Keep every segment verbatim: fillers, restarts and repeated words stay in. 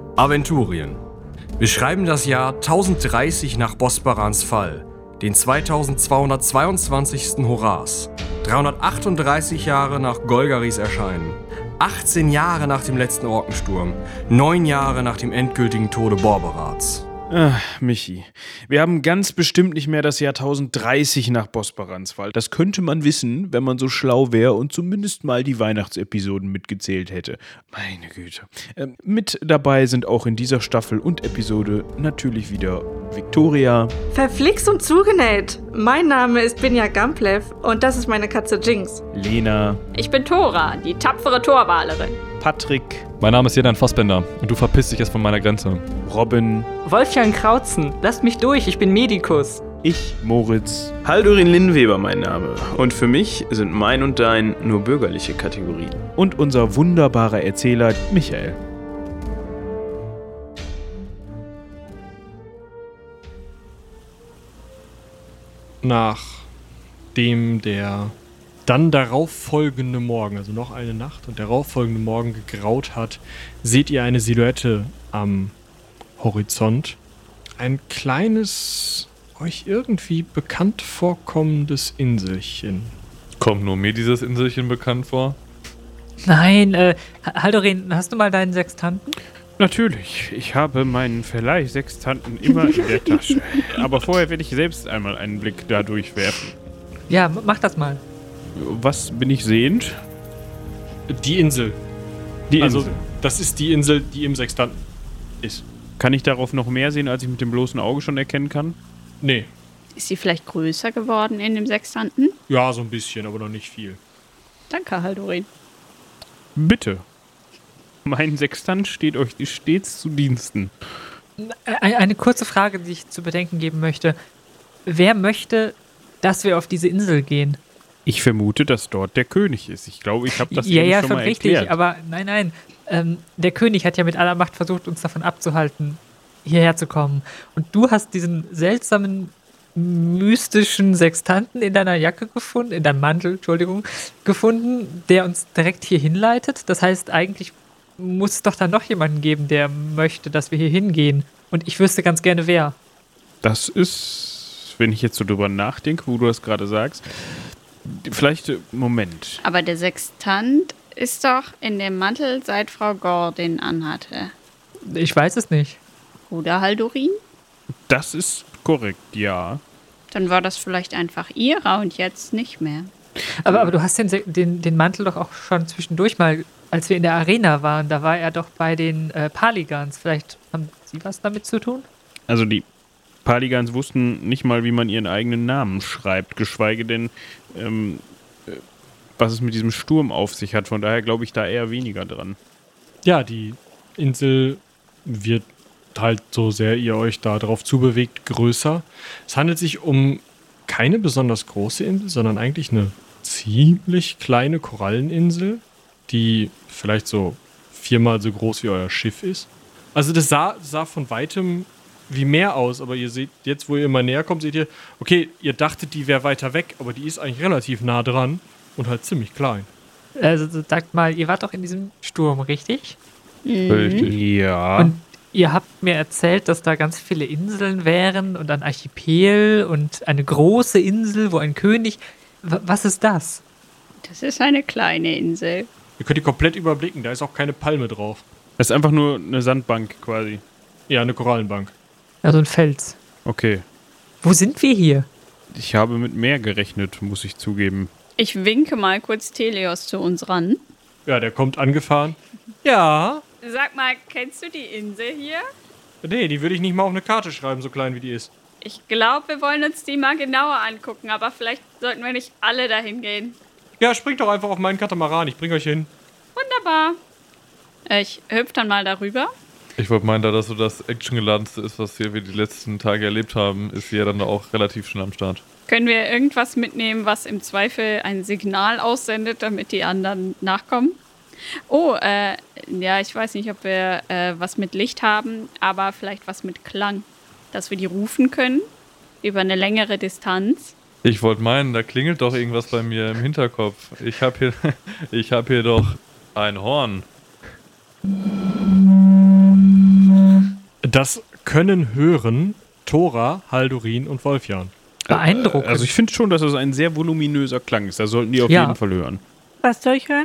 Aventurien. Wir schreiben das Jahr tausenddreißig nach Bosbarans Fall, den zweitausendzweihundertzweiundzwanzigsten Horas, dreihundertachtunddreißig Jahre nach Golgaris Erscheinen, achtzehn Jahre nach dem letzten Orkensturm, neun Jahre nach dem endgültigen Tode Borberats. Ach, Michi, wir haben ganz bestimmt nicht mehr das Jahr tausenddreißig nach Bosbarans Fall. Das könnte man wissen, wenn man so schlau wäre und zumindest mal die Weihnachtsepisoden mitgezählt hätte. Meine Güte. Ähm, mit dabei sind auch in dieser Staffel und Episode natürlich wieder Victoria. Verflixt und zugenäht. Mein Name ist Binja Gamplev und das ist meine Katze Jinx. Lena. Ich bin Thora, die tapfere Torwalerin. Patrick. Mein Name ist Jedan Fassbender und du verpisst dich jetzt von meiner Grenze. Robin. Wolfgang Krautzen, lasst mich durch, ich bin Medikus. Ich, Moritz. Haldurin Linnweber mein Name. Und für mich sind mein und dein nur bürgerliche Kategorien. Und unser wunderbarer Erzähler Michael. Nachdem der dann darauf folgende Morgen, also noch eine Nacht und darauf folgende Morgen gegraut hat, seht ihr eine Silhouette am Horizont. Ein kleines, euch irgendwie bekannt vorkommendes Inselchen. Kommt nur mir dieses Inselchen bekannt vor? Nein, äh, Haldorin, hast du mal deinen Sextanten? Natürlich, ich habe meinen Verleih-Sextanten immer in der Tasche. Aber vorher werde ich selbst einmal einen Blick da durchwerfen. Ja, mach das mal. Was bin ich sehend? Die Insel. Die also, Insel. das ist die Insel, die im Sextanten ist. Kann ich darauf noch mehr sehen, als ich mit dem bloßen Auge schon erkennen kann? Nee. Ist sie vielleicht größer geworden in dem Sextanten? Ja, so ein bisschen, aber noch nicht viel. Danke, Haldorin. Bitte. Mein Sextant steht euch stets zu Diensten. Eine kurze Frage, die ich zu bedenken geben möchte. Wer möchte, dass wir auf diese Insel gehen? Ich vermute, dass dort der König ist. Ich glaube, ich habe das ja, eben ja, schon schon mal richtig, erklärt. aber nein, nein. Ähm, der König hat ja mit aller Macht versucht, uns davon abzuhalten, hierher zu kommen. Und du hast diesen seltsamen, mystischen Sextanten in deiner Jacke gefunden, in deinem Mantel, Entschuldigung, gefunden, der uns direkt hier hinleitet. Das heißt, eigentlich muss es doch dann noch jemanden geben, der möchte, dass wir hier hingehen. Und ich wüsste ganz gerne, wer. Das ist, wenn ich jetzt so drüber nachdenke, wo du das gerade sagst, vielleicht, Moment. Aber der Sextant ist doch in dem Mantel, seit Frau Gore den anhatte. Ich weiß es nicht. Oder Haldorin? Das ist korrekt, ja. Dann war das vielleicht einfach ihrer und jetzt nicht mehr. Aber, aber du hast den, den, den Mantel doch auch schon zwischendurch mal, als wir in der Arena waren, da war er doch bei den äh, Paligans. Vielleicht haben Sie was damit zu tun? Also die Paligans wussten nicht mal, wie man ihren eigenen Namen schreibt, geschweige denn, ähm, äh, was es mit diesem Sturm auf sich hat. Von daher glaube ich da eher weniger dran. Ja, die Insel wird halt, so sehr ihr euch da drauf zubewegt, größer. Es handelt sich um keine besonders große Insel, sondern eigentlich eine ziemlich kleine Koralleninsel, die vielleicht so viermal so groß wie euer Schiff ist. Also das sah, sah von weitem wie Meer aus, aber ihr seht, jetzt wo ihr immer näher kommt, seht ihr, okay, ihr dachtet, die wäre weiter weg, aber die ist eigentlich relativ nah dran und halt ziemlich klein. Also sagt mal, ihr wart doch in diesem Sturm, richtig? Mhm. Richtig. Ja. Und ihr habt mir erzählt, dass da ganz viele Inseln wären und ein Archipel und eine große Insel, wo ein König... W- was ist das? Das ist eine kleine Insel. Ihr könnt die komplett überblicken, da ist auch keine Palme drauf. Das ist einfach nur eine Sandbank quasi. Ja, eine Korallenbank. Ja, so ein Fels. Okay. Wo sind wir hier? Ich habe mit mehr gerechnet, muss ich zugeben. Ich winke mal kurz Teleos zu uns ran. Ja, der kommt angefahren. Ja. Sag mal, kennst du die Insel hier? Nee, die würde ich nicht mal auf eine Karte schreiben, so klein wie die ist. Ich glaube, wir wollen uns die mal genauer angucken, aber vielleicht sollten wir nicht alle dahin gehen. Ja, springt doch einfach auf meinen Katamaran, ich bring euch hin. Wunderbar. Ich hüpfe dann mal darüber. Ich wollte meinen, da das so das Actiongeladenste ist, was wir die letzten Tage erlebt haben, ist sie ja dann auch relativ schnell am Start. Können wir irgendwas mitnehmen, was im Zweifel ein Signal aussendet, damit die anderen nachkommen? Oh, äh, ja, ich weiß nicht, ob wir äh, was mit Licht haben, aber vielleicht was mit Klang. Dass wir die rufen können über eine längere Distanz. Ich wollte meinen, da klingelt doch irgendwas bei mir im Hinterkopf. Ich habe hier, ich hab hier doch ein Horn. Das können hören Thora, Haldorin und Wolfjan. Beeindruckend. Also ich finde schon, dass das ein sehr voluminöser Klang ist. Das sollten die auf Ja. jeden Fall hören. Was soll ich hören?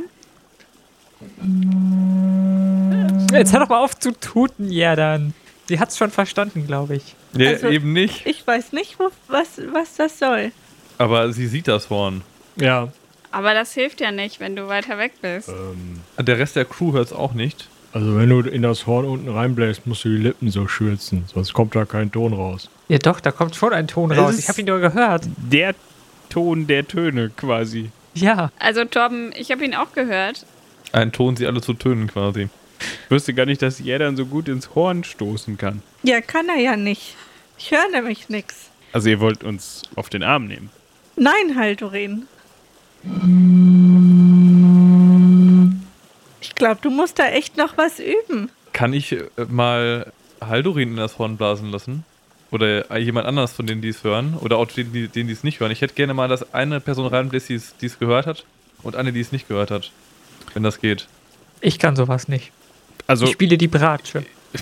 Jetzt hör doch mal auf zu tuten, ja dann. Sie hat's schon verstanden, glaube ich. Nee, Also- eben nicht. Ich weiß nicht, wo, was, was das soll. Aber sie sieht das Horn. Ja. Aber das hilft ja nicht, wenn du weiter weg bist. Ähm, Der Rest der Crew hört es auch nicht. also wenn du in das Horn unten reinbläst, musst du die Lippen so schürzen, sonst kommt da kein Ton raus. Ja doch, da kommt schon ein Ton Es raus. ist- Ich habe ihn doch gehört. Der Ton der Töne quasi. Ja. Also Torben, ich habe ihn auch gehört. Ein Ton, sie alle zu tönen quasi. Ich wusste gar nicht, dass er dann so gut ins Horn stoßen kann. Ja, kann er ja nicht. Ich höre nämlich nichts. Also ihr wollt uns auf den Arm nehmen. Nein, Haldorin. Ich glaube, du musst da echt noch was üben. Kann ich äh, mal Haldorin in das Horn blasen lassen? Oder äh, jemand anders von denen, die es hören? Oder auch denen, die denen, die es nicht hören? Ich hätte gerne mal, dass eine Person reinbläst, die es die es gehört hat und eine, die es nicht gehört hat. Wenn das geht. Ich kann sowas nicht. Also, Ich spiele die Bratsche.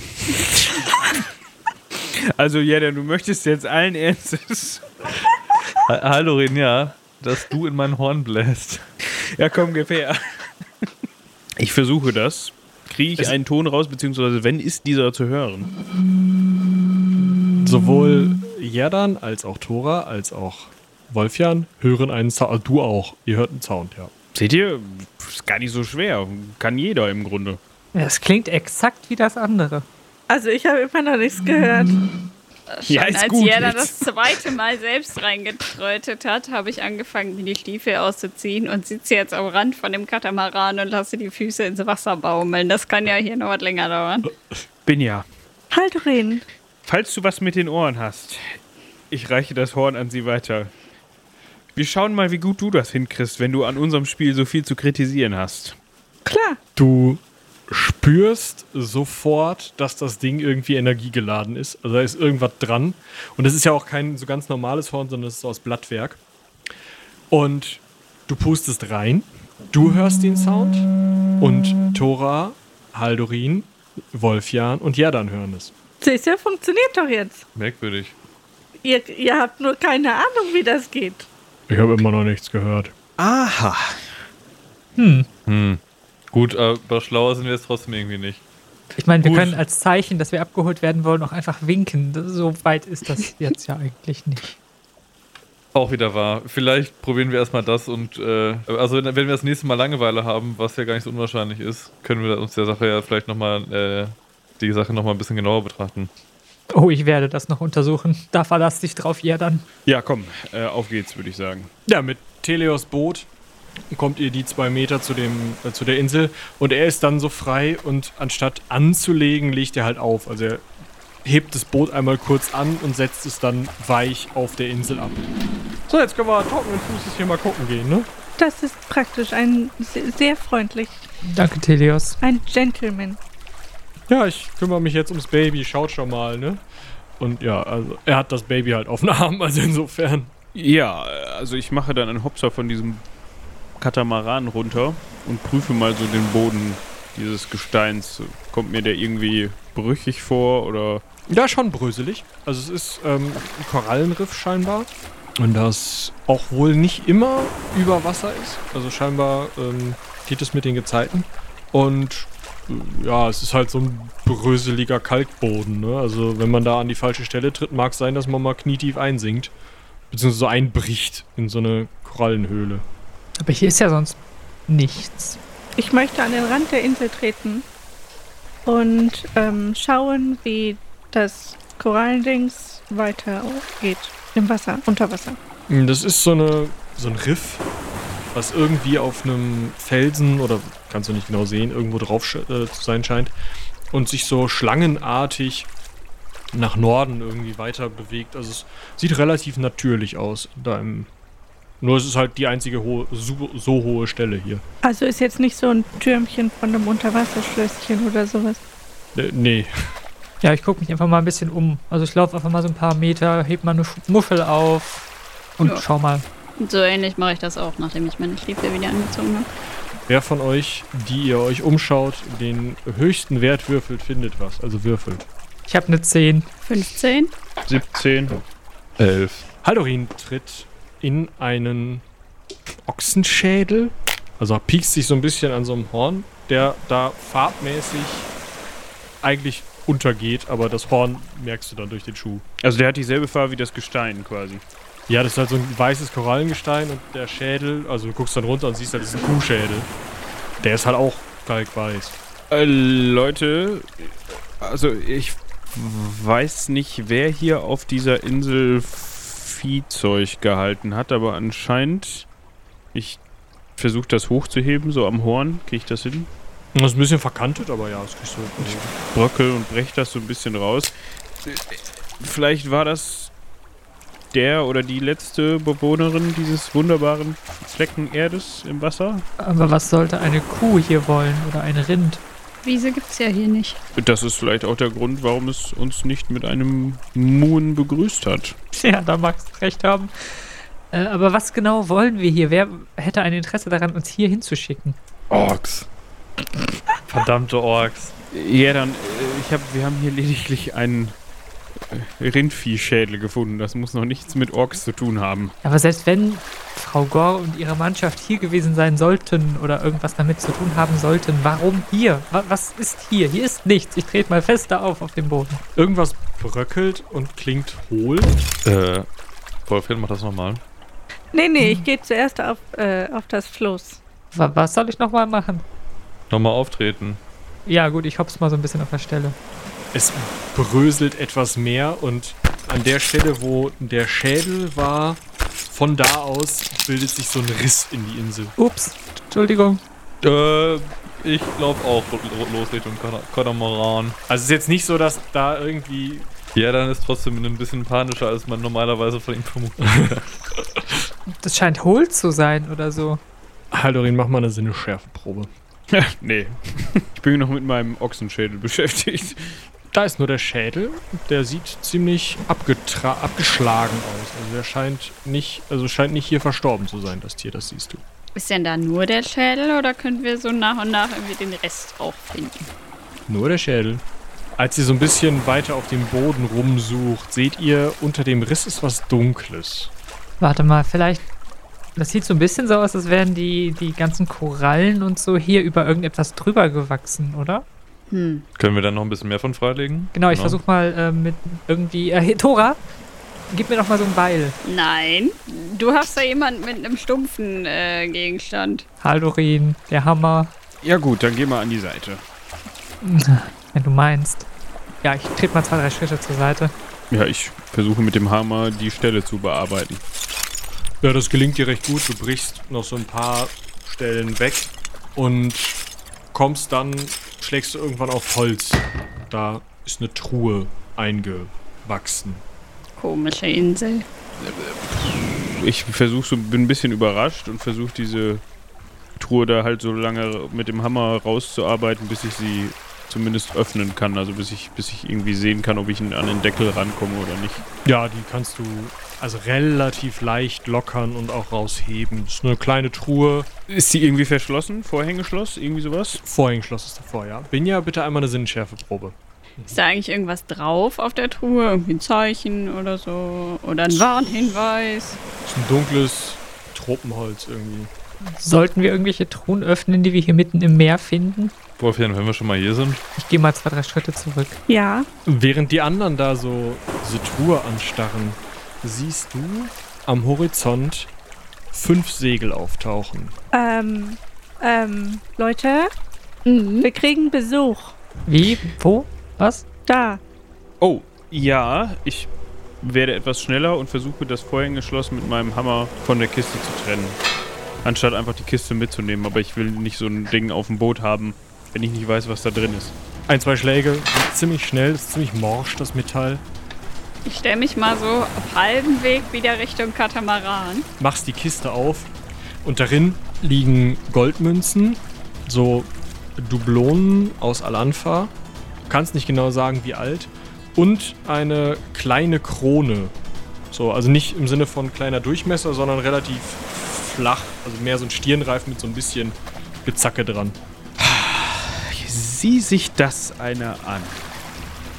also Jeda, du möchtest jetzt allen Ernstes... Ha- Haldorin, ja, dass du in mein Horn bläst. Ja, komm, gib her. Ich versuche das. Kriege ich Es- einen Ton raus, beziehungsweise wenn ist dieser zu hören? Sowohl Jerdan als auch Thora als auch Wolfjan hören einen Sound. Du auch. Ihr hört einen Sound, ja. Seht ihr? Ist gar nicht so schwer. Kann jeder im Grunde. Es klingt exakt wie das andere. Also ich habe immer noch nichts gehört. Ja, Schon ist als gut Jeder jetzt. das zweite Mal selbst reingetrötet hat, habe ich angefangen, mir die Stiefel auszuziehen und sitze jetzt am Rand von dem Katamaran und lasse die Füße ins Wasser baumeln. Das kann ja hier noch was länger dauern. Binja, Haldorin, falls du was mit den Ohren hast, ich reiche das Horn an sie weiter. Wir schauen mal, wie gut du das hinkriegst, wenn du an unserem Spiel so viel zu kritisieren hast. klar. Du spürst sofort, dass das Ding irgendwie energiegeladen ist. Also da ist irgendwas dran. Und das ist ja auch kein so ganz normales Horn, sondern es ist aus Blattwerk. Und du pustest rein. Du hörst den Sound. Und Thora, Haldorin, Wolfjan und Jerdan hören es. Siehst du, funktioniert doch jetzt. Merkwürdig. Ihr, ihr habt nur keine Ahnung, wie das geht. Ich habe immer noch nichts gehört. Aha. Hm. Gut, aber schlauer sind wir jetzt trotzdem irgendwie nicht. Ich meine, wir Gut. können als Zeichen, dass wir abgeholt werden wollen, auch einfach winken. Das- So weit ist das jetzt ja eigentlich nicht. Auch wieder wahr. Vielleicht probieren wir erstmal das und, äh, also wenn wir das nächste Mal Langeweile haben, was ja gar nicht so unwahrscheinlich ist, können wir uns der Sache ja vielleicht nochmal, äh, die Sache nochmal ein bisschen genauer betrachten. Oh, ich werde das noch untersuchen. Da verlass dich drauf, ihr dann. Ja, komm, äh, auf geht's, würde ich sagen. Ja, mit Teleos Boot kommt ihr die zwei Meter zu, dem, äh, zu der Insel und er ist dann so frei und anstatt anzulegen, legt er halt auf. Also er hebt das Boot einmal kurz an und setzt es dann weich auf der Insel ab. So, jetzt können wir trockenen Fußes hier mal gucken gehen, ne? Das ist praktisch ein se- sehr freundlich. Danke, Telios. Ein Gentleman. Ja, ich kümmere mich jetzt ums Baby, schaut schon mal, ne? Und ja, also er hat das Baby halt auf den Arm, also insofern. Ja, also ich mache dann einen Hopser von diesem Katamaran runter und prüfe mal so den Boden dieses Gesteins. Kommt mir der irgendwie brüchig vor oder... Ja, schon bröselig. Also es ist ähm, ein Korallenriff scheinbar. Und das auch wohl nicht immer über Wasser ist. Also scheinbar ähm, geht es mit den Gezeiten. Und äh, ja, es ist halt so ein bröseliger Kalkboden. Ne? Also wenn man da an die falsche Stelle tritt, mag es sein, dass man mal knietief einsinkt. Beziehungsweise so einbricht in so eine Korallenhöhle. Aber hier ist ja sonst nichts. Ich möchte an den Rand der Insel treten und ähm, schauen, wie das Korallendings weitergeht. Im Wasser, unter Wasser. Das ist so, eine, so ein Riff, was irgendwie auf einem Felsen oder kannst du nicht genau sehen, irgendwo drauf sch- äh, zu sein scheint und sich so schlangenartig nach Norden irgendwie weiter bewegt. Also es sieht relativ natürlich aus. Da im, nur es ist halt die einzige hohe, so, so hohe Stelle hier. Also ist jetzt nicht so ein Türmchen von einem Unterwasserschlösschen oder sowas. Äh, nee. Ja, ich gucke mich einfach mal ein bisschen um. Also ich laufe einfach mal so ein paar Meter, heb mal eine Sch- Muschel auf und Ja. schau mal. So ähnlich mache ich das auch, nachdem ich meine Stiefel wieder angezogen habe. Wer von euch, die ihr euch umschaut, den höchsten Wert würfelt, findet was. Also würfelt. Ich habe eine zehn. fünfzehn. siebzehn. Elf. Haldorin tritt in einen Ochsenschädel. Also er piekst sich so ein bisschen an so einem Horn, der da farbmäßig eigentlich untergeht, aber das Horn merkst du dann durch den Schuh. Also der hat dieselbe Farbe wie das Gestein quasi. Ja, das ist halt so ein weißes Korallengestein und der Schädel, also du guckst dann runter und siehst halt, das ist ein Kuhschädel. Der ist halt auch kalkweiß. Äh, Leute, also ich weiß nicht, wer hier auf dieser Insel Viehzeug gehalten hat, aber anscheinend, ich versuche das hochzuheben, so am Horn, kriege ich das hin? Das ist ein bisschen verkantet, aber ja, das kriegst du. Ich bröckel und brech das so ein bisschen raus. Vielleicht war das der oder die letzte Bewohnerin dieses wunderbaren Flecken Erdes im Wasser? Aber was sollte eine Kuh hier wollen oder ein Rind? Wiese gibt's ja hier nicht. Das ist vielleicht auch der Grund, warum es uns nicht mit einem Muhen begrüßt hat. Ja, da magst du recht haben. Äh, aber was genau wollen wir hier? Wer hätte ein Interesse daran, uns hier hinzuschicken? Orks. Verdammte Orks. Ja, dann, äh, ich hab, wir haben hier lediglich einen äh, Rindviehschädel gefunden. Das muss noch nichts mit Orks zu tun haben. Aber selbst wenn Frau Gore und ihre Mannschaft hier gewesen sein sollten oder irgendwas damit zu tun haben sollten, warum hier? Wa- Was ist hier? Hier ist nichts. Ich trete mal fester auf auf dem Boden. Irgendwas bröckelt und klingt hohl. Äh, Wolfgang, mach das nochmal. Nee, nee, ich gehe zuerst auf, äh, auf das Floß. Wa- Was soll ich nochmal machen? Nochmal auftreten. Ja gut, ich hopp's mal so ein bisschen auf der Stelle. Es bröselt etwas mehr und an der Stelle, wo der Schädel war, von da aus bildet sich so ein Riss in die Insel. Ups, Entschuldigung. Äh, ich glaube auch los Richtung Katamaran. Also es ist jetzt nicht so, dass da irgendwie... Ja, dann ist trotzdem ein bisschen panischer, als man normalerweise von ihm vermutet. Das scheint hohl zu sein oder so. Haldorin, mach mal eine Sinneschärfeprobe. Nee. Ich bin noch mit meinem Ochsenschädel beschäftigt. Da ist nur der Schädel. Der sieht ziemlich abgetra- abgeschlagen aus. Also der scheint nicht, also scheint nicht hier verstorben zu sein, das Tier, das siehst du. Ist denn da nur der Schädel oder können wir so nach und nach irgendwie den Rest auch finden? Nur der Schädel. Als ihr so ein bisschen weiter auf dem Boden rumsucht, seht ihr, unter dem Riss ist was Dunkles. Warte mal, vielleicht... Das sieht so ein bisschen so aus, als wären die, die ganzen Korallen und so hier über irgendetwas drüber gewachsen, oder? Hm. Können wir dann noch ein bisschen mehr von freilegen? Genau, ich versuch mal äh, mit irgendwie... Äh, hey, Tora, gib mir doch mal so ein Beil. Nein, du hast da jemanden mit einem stumpfen äh, Gegenstand. Haldorin, der Hammer. Ja gut, dann geh mal an die Seite. Wenn du meinst. Ja, ich trete mal zwei, drei Schritte zur Seite. Ja, ich versuche mit dem Hammer die Stelle zu bearbeiten. Ja, das gelingt dir recht gut. Du brichst noch so ein paar Stellen weg und kommst dann, schlägst du irgendwann auf Holz. Da ist eine Truhe eingewachsen. Komische Insel. Ich versuche so, bin ein bisschen überrascht und versuche diese Truhe da halt so lange mit dem Hammer rauszuarbeiten, bis ich sie zumindest öffnen kann. Also bis ich, bis ich irgendwie sehen kann, ob ich an den Deckel rankomme oder nicht. Ja, die kannst du also relativ leicht lockern und auch rausheben. Das ist eine kleine Truhe. Ist sie irgendwie verschlossen? Vorhängeschloss? Irgendwie sowas? Vorhängeschloss ist davor, ja. Binja, bitte einmal eine Sinnenschärfeprobe. Ist da eigentlich irgendwas drauf auf der Truhe? Irgendwie ein Zeichen oder so? Oder ein Warnhinweis? Das ist ein dunkles Tropenholz irgendwie. Sollten wir irgendwelche Truhen öffnen, die wir hier mitten im Meer finden? Wolfgang, wenn wir schon mal hier sind. Ich gehe mal zwei, drei Schritte zurück. Ja. Während die anderen da so diese Truhe anstarren, siehst du am Horizont fünf Segel auftauchen. Ähm, ähm, Leute, Mhm. wir kriegen Besuch. Wie? Wo? Was? Da. Oh, ja, ich werde etwas schneller und versuche das Vorhängeschloss mit meinem Hammer von der Kiste zu trennen. Anstatt einfach die Kiste mitzunehmen, aber ich will nicht so ein Ding auf dem Boot haben, wenn ich nicht weiß, was da drin ist. Ein, zwei Schläge, ziemlich schnell, ist ziemlich morsch, das Metall. Ich stelle mich mal so auf halbem Weg wieder Richtung Katamaran. Machst die Kiste auf und darin liegen Goldmünzen, so Dublonen aus Al-Anfa. Du kannst nicht genau sagen, wie alt. Und eine kleine Krone. So, also nicht im Sinne von kleiner Durchmesser, sondern relativ flach. Also mehr so ein Stirnreif mit so ein bisschen Gezacke dran. Sieh sich das einer an.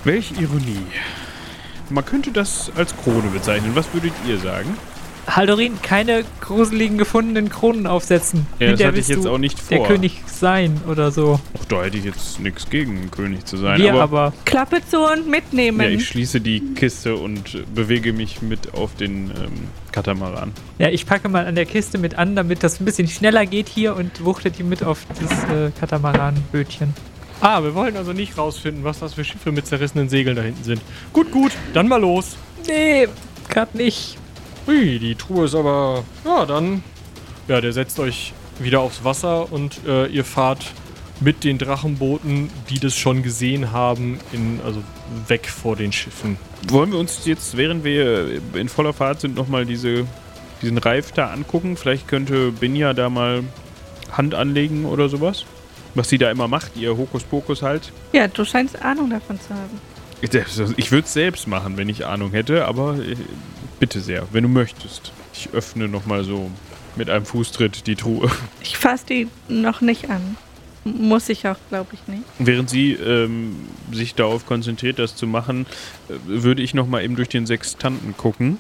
Welch Ironie. Man könnte das als Krone bezeichnen. Was würdet ihr sagen? Haldorin, keine gruseligen gefundenen Kronen aufsetzen. Ja, das Hinterher hatte ich willst jetzt du auch nicht vor. Der König sein oder so. Ach, da hätte ich jetzt nichts gegen, König zu sein. Wir aber, aber. Klappe zu und mitnehmen. ja, ich schließe die Kiste und bewege mich mit auf den ähm, Katamaran. Ja, ich packe mal an der Kiste mit an, damit das ein bisschen schneller geht hier und wuchte die mit auf das äh, Katamaran-Bötchen. Ah, wir wollen also nicht rausfinden, was das für Schiffe mit zerrissenen Segeln da hinten sind. Gut, gut, dann mal los. Nee, grad nicht. Ui, die Truhe ist aber... Ja, dann... Ja, der setzt euch wieder aufs Wasser und äh, ihr fahrt mit den Drachenbooten, die das schon gesehen haben, in, also weg vor den Schiffen. Wollen wir uns jetzt, während wir in voller Fahrt sind, nochmal diese, diesen Reif da angucken? Vielleicht könnte Binja da mal Hand anlegen oder sowas? Was sie da immer macht, ihr Hokuspokus halt. Ja, du scheinst Ahnung davon zu haben. Ich würde es selbst machen, wenn ich Ahnung hätte, aber äh, bitte sehr, wenn du möchtest. Ich öffne nochmal so mit einem Fußtritt die Truhe. Ich fasse die noch nicht an. Muss ich auch, glaube ich, nicht. Während sie ähm, sich darauf konzentriert, das zu machen, äh, würde ich nochmal eben durch den Sextanten gucken.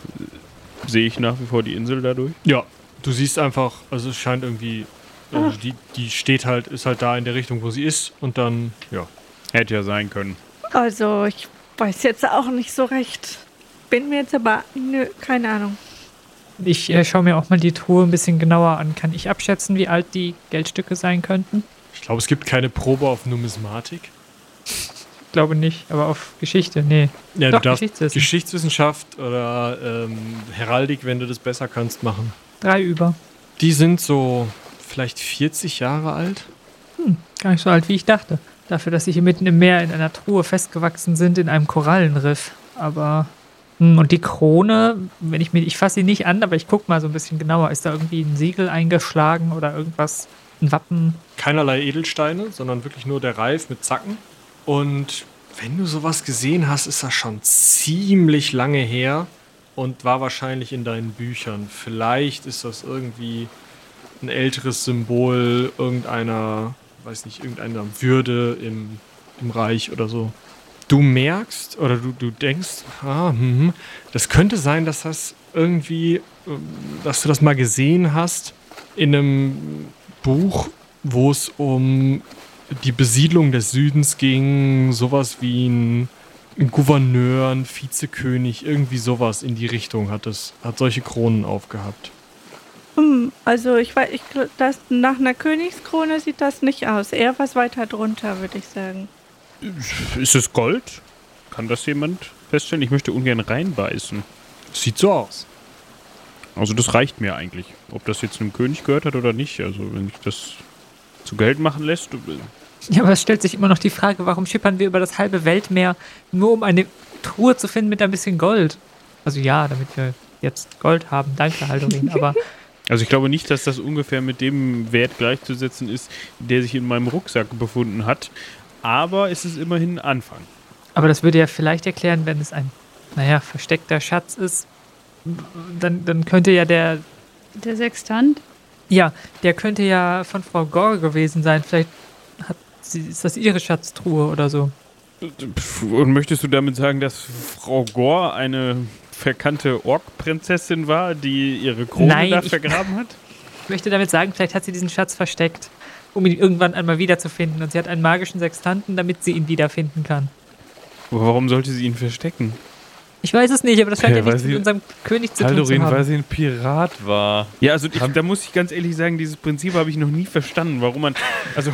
Äh, sehe ich nach wie vor die Insel dadurch? Ja, du siehst einfach, also es scheint irgendwie... Also die, die steht halt, ist halt da in der Richtung, wo sie ist und dann, ja. Hätte ja sein können. Also, ich weiß jetzt auch nicht so recht. Bin mir jetzt aber, nö, keine Ahnung. Ich äh, schaue mir auch mal die Truhe ein bisschen genauer an. Kann ich abschätzen, wie alt die Geldstücke sein könnten? Ich glaube, es gibt keine Probe auf Numismatik. Ich glaube nicht, aber auf Geschichte, nee. Ja, Doch, du darfst Geschichtswissen. Geschichtswissenschaft oder ähm, Heraldik, wenn du das besser kannst, machen. Drei über. Die sind so vielleicht vierzig Jahre alt. Hm, gar nicht so alt, wie ich dachte. Dafür, dass sie hier mitten im Meer in einer Truhe festgewachsen sind, in einem Korallenriff. Aber, hm, und die Krone, wenn ich mir, ich fasse sie nicht an, aber ich gucke mal so ein bisschen genauer. Ist da irgendwie ein Siegel eingeschlagen oder irgendwas, ein Wappen? Keinerlei Edelsteine, sondern wirklich nur der Reif mit Zacken. Und wenn du sowas gesehen hast, ist das schon ziemlich lange her und war wahrscheinlich in deinen Büchern. Vielleicht ist das irgendwie ein älteres Symbol irgendeiner, weiß nicht, irgendeiner Würde im, im Reich oder so. Du merkst oder du, du denkst, ah, hm, das könnte sein, dass das irgendwie, dass du das mal gesehen hast in einem Buch, wo es um die Besiedlung des Südens ging, sowas wie ein, ein Gouverneur, ein Vizekönig, irgendwie sowas in die Richtung hat es, hat solche Kronen aufgehabt. Hm, also ich weiß, ich, das, nach einer Königskrone sieht das nicht aus. Eher was weiter drunter, würde ich sagen. Ist es Gold? Kann das jemand feststellen? Ich möchte ungern reinbeißen. Sieht so aus. Also das reicht mir eigentlich. Ob das jetzt einem König gehört hat oder nicht. Also wenn sich das zu Geld machen lässt. Ja, aber es stellt sich immer noch die Frage, warum schippern wir über das halbe Weltmeer, nur um eine Truhe zu finden mit ein bisschen Gold? Also ja, damit wir jetzt Gold haben. Danke, Haldorin, aber... Also ich glaube nicht, dass das ungefähr mit dem Wert gleichzusetzen ist, der sich in meinem Rucksack befunden hat. Aber es ist immerhin ein Anfang. Aber das würde ja vielleicht erklären, wenn es ein, naja, versteckter Schatz ist, dann, dann könnte ja der... Der Sextant? Ja, der könnte ja von Frau Gore gewesen sein. Vielleicht hat sie, ist das ihre Schatztruhe oder so. Und möchtest du damit sagen, dass Frau Gore eine verkannte Ork-Prinzessin war, die ihre Krone Nein, da ich- vergraben hat? Ich möchte damit sagen, vielleicht hat sie diesen Schatz versteckt, um ihn irgendwann einmal wiederzufinden. Und sie hat einen magischen Sextanten, damit sie ihn wiederfinden kann. Warum sollte sie ihn verstecken? Ich weiß es nicht, aber das scheint Ja, ja, weil nichts sie- mit unserem König zu tun zu Haldorin, haben. weil sie ein Pirat war. Ja, also ich, da muss ich ganz ehrlich sagen, dieses Prinzip habe ich noch nie verstanden, warum man, also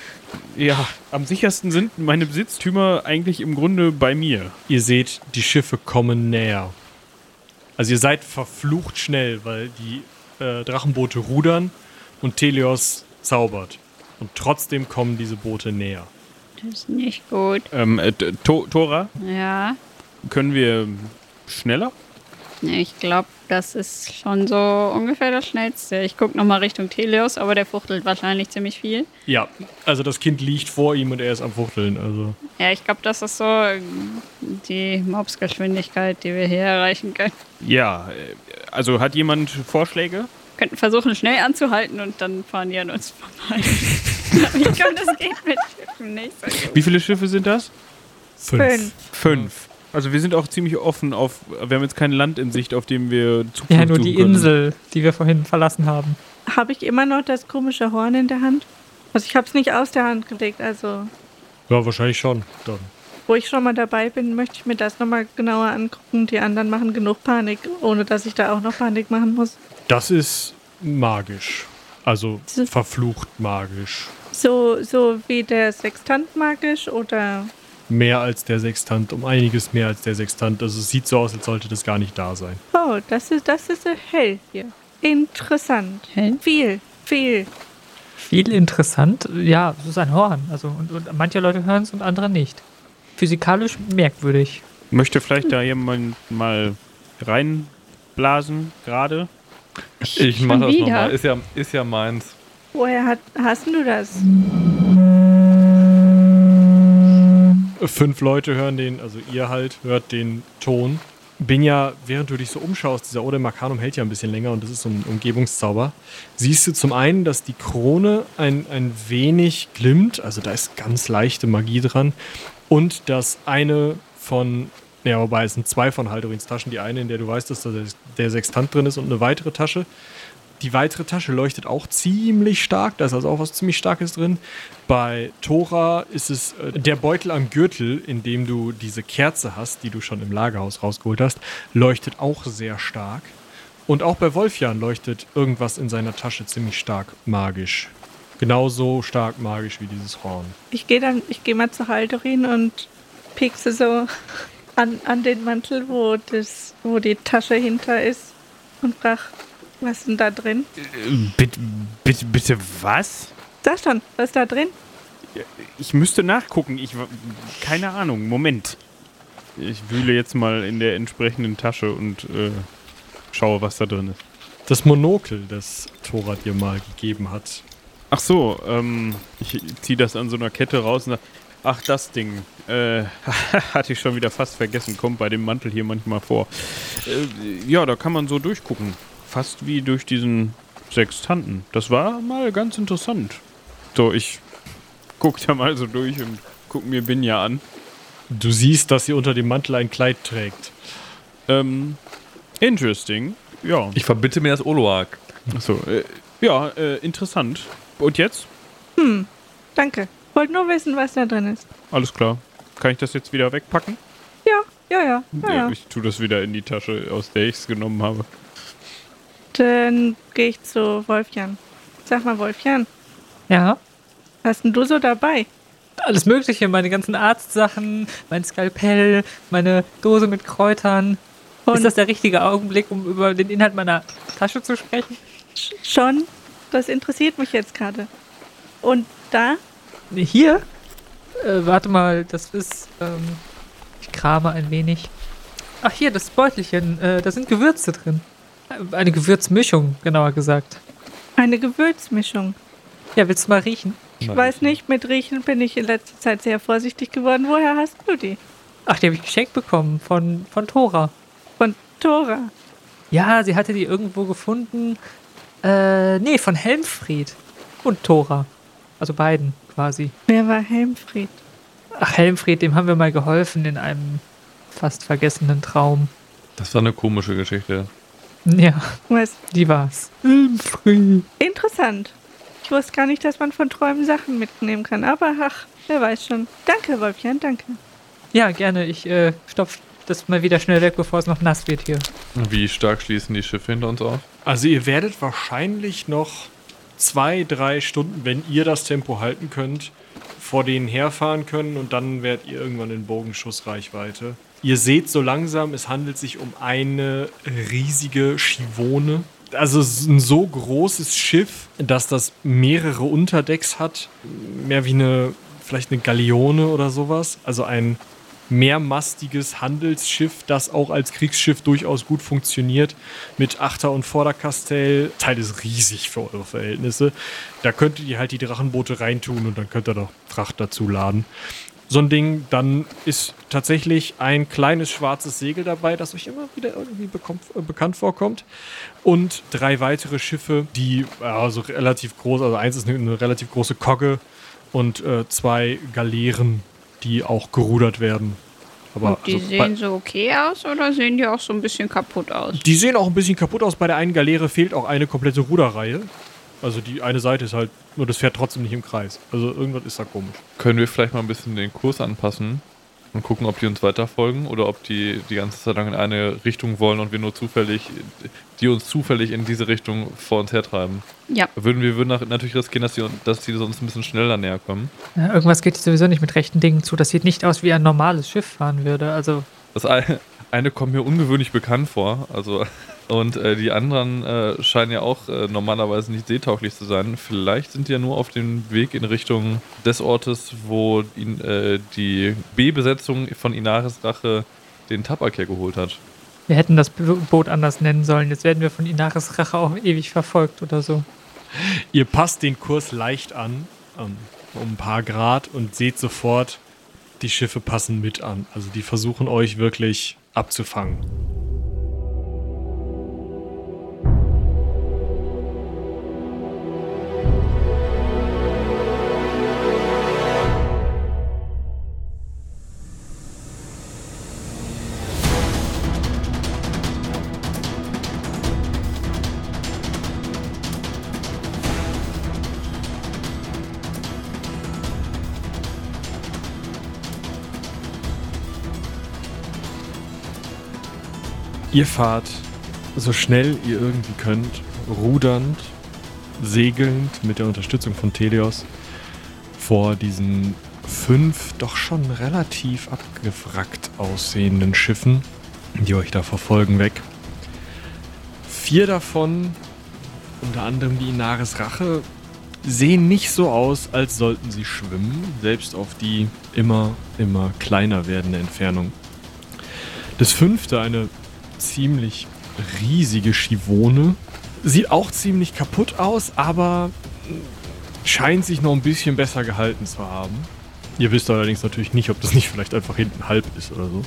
ja, am sichersten sind meine Besitztümer eigentlich im Grunde bei mir. Ihr seht, die Schiffe kommen näher. Also ihr seid verflucht schnell, weil die äh, Drachenboote rudern und Teleos zaubert. Und trotzdem kommen diese Boote näher. Das ist nicht gut. Ähm, äh, to Tora, Ja. können wir schneller? Ich glaube, das ist schon so ungefähr das Schnellste. Ich gucke nochmal Richtung Teleos, aber der fuchtelt wahrscheinlich ziemlich viel. Ja, also das Kind liegt vor ihm und er ist am Fuchteln. Also Ja, ich glaube, das ist so die Mobsgeschwindigkeit, die wir hier erreichen können. Ja, äh, also hat jemand Vorschläge? Wir könnten versuchen, schnell anzuhalten und dann fahren die an uns vorbei. Aber ich glaube, das geht mit Schiffen nicht so gut. Wie viele Schiffe sind das? Fünf. Fünf. Also wir sind auch ziemlich offen auf, wir haben jetzt kein Land in Sicht, auf dem wir Zuflucht Ja, nur suchen die können. Insel, die wir vorhin verlassen haben. Habe ich immer noch das komische Horn in der Hand? Also ich habe es nicht aus der Hand gelegt, also Ja, wahrscheinlich schon. Dann. wo ich schon mal dabei bin, möchte ich mir das nochmal genauer angucken. Die anderen machen genug Panik, ohne dass ich da auch noch Panik machen muss. Das ist magisch. Also So- verflucht magisch. So, so wie der Sextant magisch oder... Mehr als der Sextant, um einiges mehr als der Sextant. Also es sieht so aus, als sollte das gar nicht da sein. Oh, das ist, das ist hell hier. Interessant. Hell? Viel, viel. Viel interessant. Ja, es ist ein Horn. Also, und, und manche Leute hören es und andere nicht. Physikalisch merkwürdig. Möchte vielleicht da jemand mal reinblasen gerade? Ich mach Schon das wieder? nochmal. Ist ja, ist ja meins. Woher hat, hast du das? Fünf Leute hören den, also ihr halt, hört den Ton. Binja, während du dich so umschaust, dieser Ode Arcanum hält ja ein bisschen länger und das ist so ein Umgebungszauber, siehst du zum einen, dass die Krone ein, ein wenig glimmt, also da ist ganz leichte Magie dran, und dass eine von, ja, wobei es sind zwei von Haldorins Taschen, die eine, in der du weißt, dass da der, der Sextant drin ist, und eine weitere Tasche. Die weitere Tasche leuchtet auch ziemlich stark, da ist also auch was ziemlich Starkes drin. Bei Thora ist es äh, der Beutel am Gürtel, in dem du diese Kerze hast, die du schon im Lagerhaus rausgeholt hast, leuchtet auch sehr stark. Und auch bei Wolfjan leuchtet irgendwas in seiner Tasche ziemlich stark magisch. Genauso stark magisch wie dieses Horn. Ich gehe dann, ich gehe mal zu Haldorin und piekse so an, an den Mantel, wo, das, wo die Tasche hinter ist und frage, was ist denn da drin? Bitte, bitte, bitte was? Sag schon, was ist da drin? Ich müsste nachgucken. Ich wa- keine Ahnung. Moment. Ich wühle jetzt mal in der entsprechenden Tasche und äh, schaue, was da drin ist. Das Monokel, das Thora dir mal gegeben hat. Ach so, ähm, ich ziehe das an so einer Kette raus und sag, ach, das Ding. Äh, hatte ich schon wieder fast vergessen. Kommt bei dem Mantel hier manchmal vor. Äh, ja, da kann man so durchgucken. Fast wie durch diesen Sextanten. Das war mal ganz interessant. So, ich guck da mal so durch und guck mir Binja an. Du siehst, dass sie unter dem Mantel ein Kleid trägt. Ähm, interesting. Ja. Ich verbitte mir das Oloak. Achso, äh, ja, äh, interessant. Und jetzt? Danke. Wollte nur wissen, was da drin ist. Alles klar. Kann ich das jetzt wieder wegpacken? Ja, ja, ja. ja, ja. Ich tue das wieder in die Tasche, aus der ich es genommen habe. Dann gehe ich zu Wolfjan. Sag mal, Wolfjan, Ja, was hast denn du so dabei? alles Mögliche. Meine ganzen Arztsachen, mein Skalpell, meine Dose mit Kräutern. Und Ist das der richtige Augenblick, um über den Inhalt meiner Tasche zu sprechen? schon? Das interessiert mich jetzt gerade. Und da? Nee, hier? Äh, warte mal, das ist. Ähm, ich krame ein wenig. Ach, hier, das Beutelchen. Äh, da sind Gewürze drin. Äh, Eine Gewürzmischung, genauer gesagt. Eine Gewürzmischung. Ja, willst du mal riechen? Ich weiß nicht, mit Riechen bin ich in letzter Zeit sehr vorsichtig geworden. Woher hast du die? Ach, die habe ich geschenkt bekommen von, von Thora. Von Thora. Ja, sie hatte die irgendwo gefunden. Äh, nee, von Helmfried und Thora. Also beiden quasi. Wer war Helmfried? Ach, Helmfried, dem haben wir mal geholfen in einem fast vergessenen Traum. Das war eine komische Geschichte. Ja, Was? die war's. Helmfried. Interessant. Ich wusste gar nicht, dass man von Träumen Sachen mitnehmen kann. Aber ach, wer weiß schon. Danke, Wolfjan, danke. Ja, gerne. Ich äh, stopf das mal wieder schnell weg, bevor es noch nass wird hier. Wie stark schließen die Schiffe hinter uns auf? Also ihr werdet wahrscheinlich noch zwei, drei Stunden, wenn ihr das Tempo halten könnt, vor denen herfahren können und dann werdet ihr irgendwann in Bogenschussreichweite. Ihr seht so langsam, es handelt sich um eine riesige Schivone. Also es ist ein so großes Schiff, dass das mehrere Unterdecks hat. Mehr wie eine, vielleicht eine Galeone oder sowas. Also ein mehrmastiges Handelsschiff, das auch als Kriegsschiff durchaus gut funktioniert. Mit Achter- und Vorderkastell. Teil ist riesig für eure Verhältnisse. Da könntet ihr halt die Drachenboote reintun und dann könnt ihr noch Fracht dazu laden. So ein Ding, dann ist tatsächlich ein kleines schwarzes Segel dabei, das euch immer wieder irgendwie bekommt, äh, bekannt vorkommt. Und drei weitere Schiffe, die also relativ groß, also eins ist eine, eine relativ große Kogge und äh, zwei Galeeren, die auch gerudert werden. Aber Und die also, sehen so okay aus oder sehen die auch so ein bisschen kaputt aus? die sehen auch ein bisschen kaputt aus. Bei der einen Galeere fehlt auch eine komplette Ruderreihe. Also die eine Seite ist halt, nur das fährt trotzdem nicht im Kreis. Also irgendwas ist da komisch. Können wir vielleicht mal ein bisschen den Kurs anpassen und gucken, ob die uns weiterfolgen oder ob die die ganze Zeit lang in eine Richtung wollen und wir nur zufällig, die uns zufällig in diese Richtung vor uns hertreiben. Ja. Würden wir würden nach- natürlich riskieren, dass die, dass die uns ein bisschen schneller näher kommen. Ja, irgendwas geht sowieso nicht mit rechten Dingen zu. Das sieht nicht aus, wie ein normales Schiff fahren würde. Also, Das eine, eine kommt mir ungewöhnlich bekannt vor, also und äh, die anderen äh, scheinen ja auch äh, normalerweise nicht seetauglich zu sein. Vielleicht sind die ja nur auf dem Weg in Richtung des Ortes, wo ihn, äh, die B-Besetzung von Inaris Rache den Tabak hergeholt hat. wir hätten das Bo- Boot anders nennen sollen. Jetzt werden wir von Inaris Rache auch ewig verfolgt oder so. Ihr passt den Kurs leicht an, ähm, um ein paar Grad und seht sofort, die Schiffe passen mit an. Also die versuchen euch wirklich abzufangen. Ihr fahrt so schnell ihr irgendwie könnt, rudernd, segelnd mit der Unterstützung von Teleos vor diesen fünf doch schon relativ abgewrackt aussehenden Schiffen, die euch da verfolgen, weg. Vier davon, unter anderem die Inaris Rache, sehen nicht so aus, als sollten sie schwimmen, selbst auf die immer, immer kleiner werdende Entfernung. Das fünfte, eine ziemlich riesige Schivone, sieht auch ziemlich kaputt aus, aber scheint sich noch ein bisschen besser gehalten zu haben. Ihr wisst allerdings natürlich nicht, ob das nicht vielleicht einfach hinten halb ist oder so.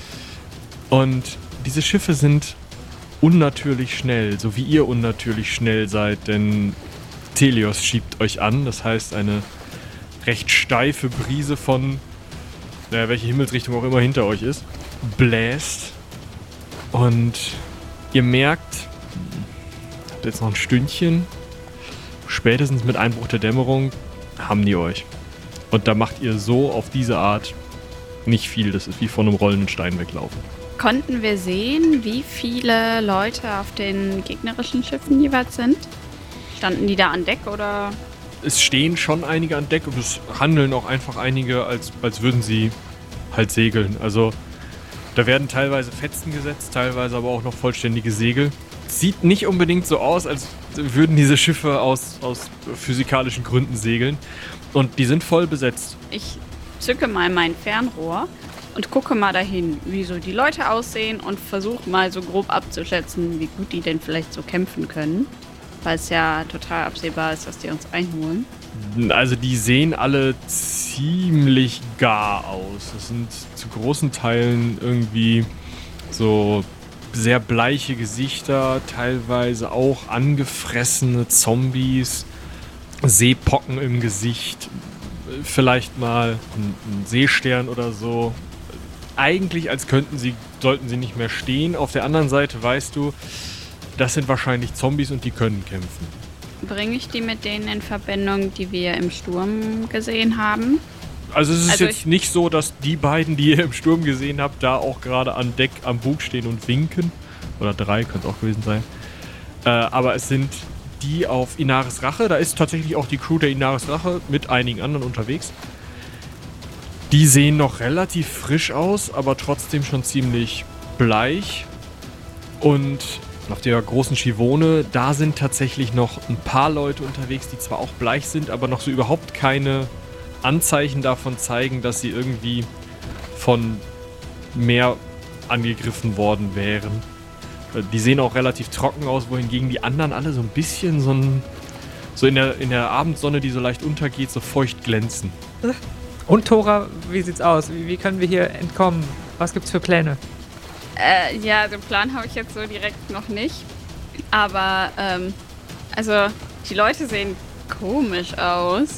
Und diese Schiffe sind unnatürlich schnell, so wie ihr unnatürlich schnell seid, denn Teleos schiebt euch an, das heißt eine recht steife Brise von, naja, welche Himmelsrichtung auch immer hinter euch ist, bläst. Und ihr merkt, habt jetzt noch ein Stündchen, spätestens mit Einbruch der Dämmerung haben die euch. Und da macht ihr so auf diese Art nicht viel. Das ist wie von einem rollenden Stein weglaufen. Konnten wir sehen, wie viele Leute auf den gegnerischen Schiffen jeweils sind? Standen die da an Deck oder? Es stehen schon einige an Deck und es handeln auch einfach einige, als, als würden sie halt segeln. Also da werden teilweise Fetzen gesetzt, teilweise aber auch noch vollständige Segel. Sieht nicht unbedingt so aus, als würden diese Schiffe aus, aus physikalischen Gründen segeln. Und die sind voll besetzt. Ich zücke mal mein Fernrohr und gucke mal dahin, wie so die Leute aussehen und versuche mal so grob abzuschätzen, wie gut die denn vielleicht so kämpfen können. Weil es ja total absehbar ist, dass die uns einholen. Also die sehen alle ziemlich gar aus. Das sind zu großen Teilen irgendwie so sehr bleiche Gesichter, teilweise auch angefressene Zombies, Seepocken im Gesicht, vielleicht mal ein, ein Seestern oder so. Eigentlich, als könnten sie, sollten sie nicht mehr stehen. Auf der anderen Seite weißt du, das sind wahrscheinlich Zombies und die können kämpfen. Bringe ich die mit denen in Verbindung, die wir im Sturm gesehen haben? Also es ist Also jetzt nicht so, dass die beiden, die ihr im Sturm gesehen habt, da auch gerade an Deck am Bug stehen und winken. Oder drei, könnte es auch gewesen sein. Äh, aber es sind die auf Inaris Rache. Da ist tatsächlich auch die Crew der Inaris Rache mit einigen anderen unterwegs. Die sehen noch relativ frisch aus, aber trotzdem schon ziemlich bleich. Und auf der großen Schivone, da sind tatsächlich noch ein paar Leute unterwegs, die zwar auch bleich sind, aber noch so überhaupt keine Anzeichen davon zeigen, dass sie irgendwie von Meer angegriffen worden wären. Die sehen auch relativ trocken aus, wohingegen die anderen alle so ein bisschen so, ein, so in, der, in der Abendsonne, die so leicht untergeht, so feucht glänzen. Und Tora, wie sieht's aus? Wie, wie können wir hier entkommen? Was gibt's für Pläne? Äh, ja, den Plan habe ich jetzt so direkt noch nicht. Aber, ähm, also, die Leute sehen komisch aus.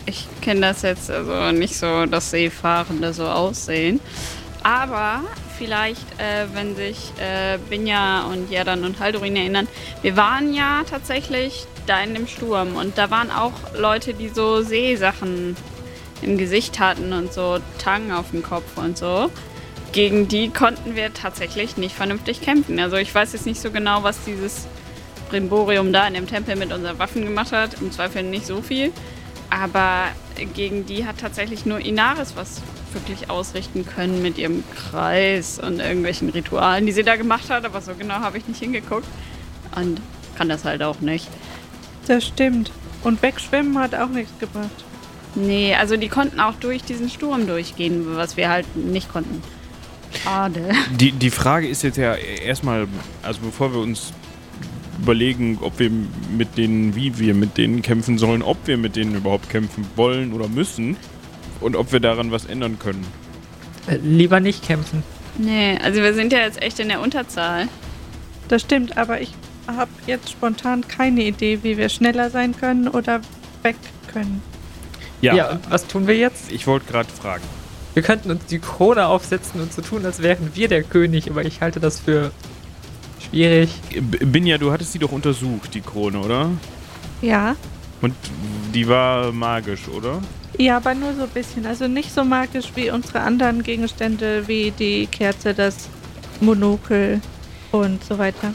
ich kenne das jetzt also nicht so, dass Seefahrende so aussehen. Aber vielleicht, äh, wenn sich äh, Binja und Jerdan und Haldurin erinnern, wir waren ja tatsächlich da in dem Sturm und da waren auch Leute, die so Seesachen im Gesicht hatten und so Tangen auf dem Kopf und so. Gegen die konnten wir tatsächlich nicht vernünftig kämpfen. Also ich weiß jetzt nicht so genau, was dieses Brimborium da in dem Tempel mit unseren Waffen gemacht hat. Im Zweifel nicht so viel. Aber gegen die hat tatsächlich nur Inaris was wirklich ausrichten können mit ihrem Kreis und irgendwelchen Ritualen, die sie da gemacht hat. Aber so genau habe ich nicht hingeguckt. Und kann das halt auch nicht. Das stimmt. Und wegschwimmen hat auch nichts gebracht. Nee, also die konnten auch durch diesen Sturm durchgehen, was wir halt nicht konnten. Schade. Die, die Frage ist jetzt ja erstmal, also bevor wir uns überlegen, ob wir mit denen, wie wir mit denen kämpfen sollen, ob wir mit denen überhaupt kämpfen wollen oder müssen und ob wir daran was ändern können. Äh, lieber nicht kämpfen. Nee, also wir sind ja jetzt echt in der Unterzahl. Das stimmt, aber ich habe jetzt spontan keine Idee, wie wir schneller sein können oder weg können. Ja, Ja, und was tun wir jetzt? ich wollte gerade fragen. Wir könnten uns die Krone aufsetzen und so tun, als wären wir der König, aber ich halte das für schwierig. B- Binja, du hattest sie doch untersucht, die Krone, oder? Ja. Und die war magisch, oder? Ja, aber nur so ein bisschen. Also nicht so magisch wie unsere anderen Gegenstände, wie die Kerze, das Monokel und so weiter.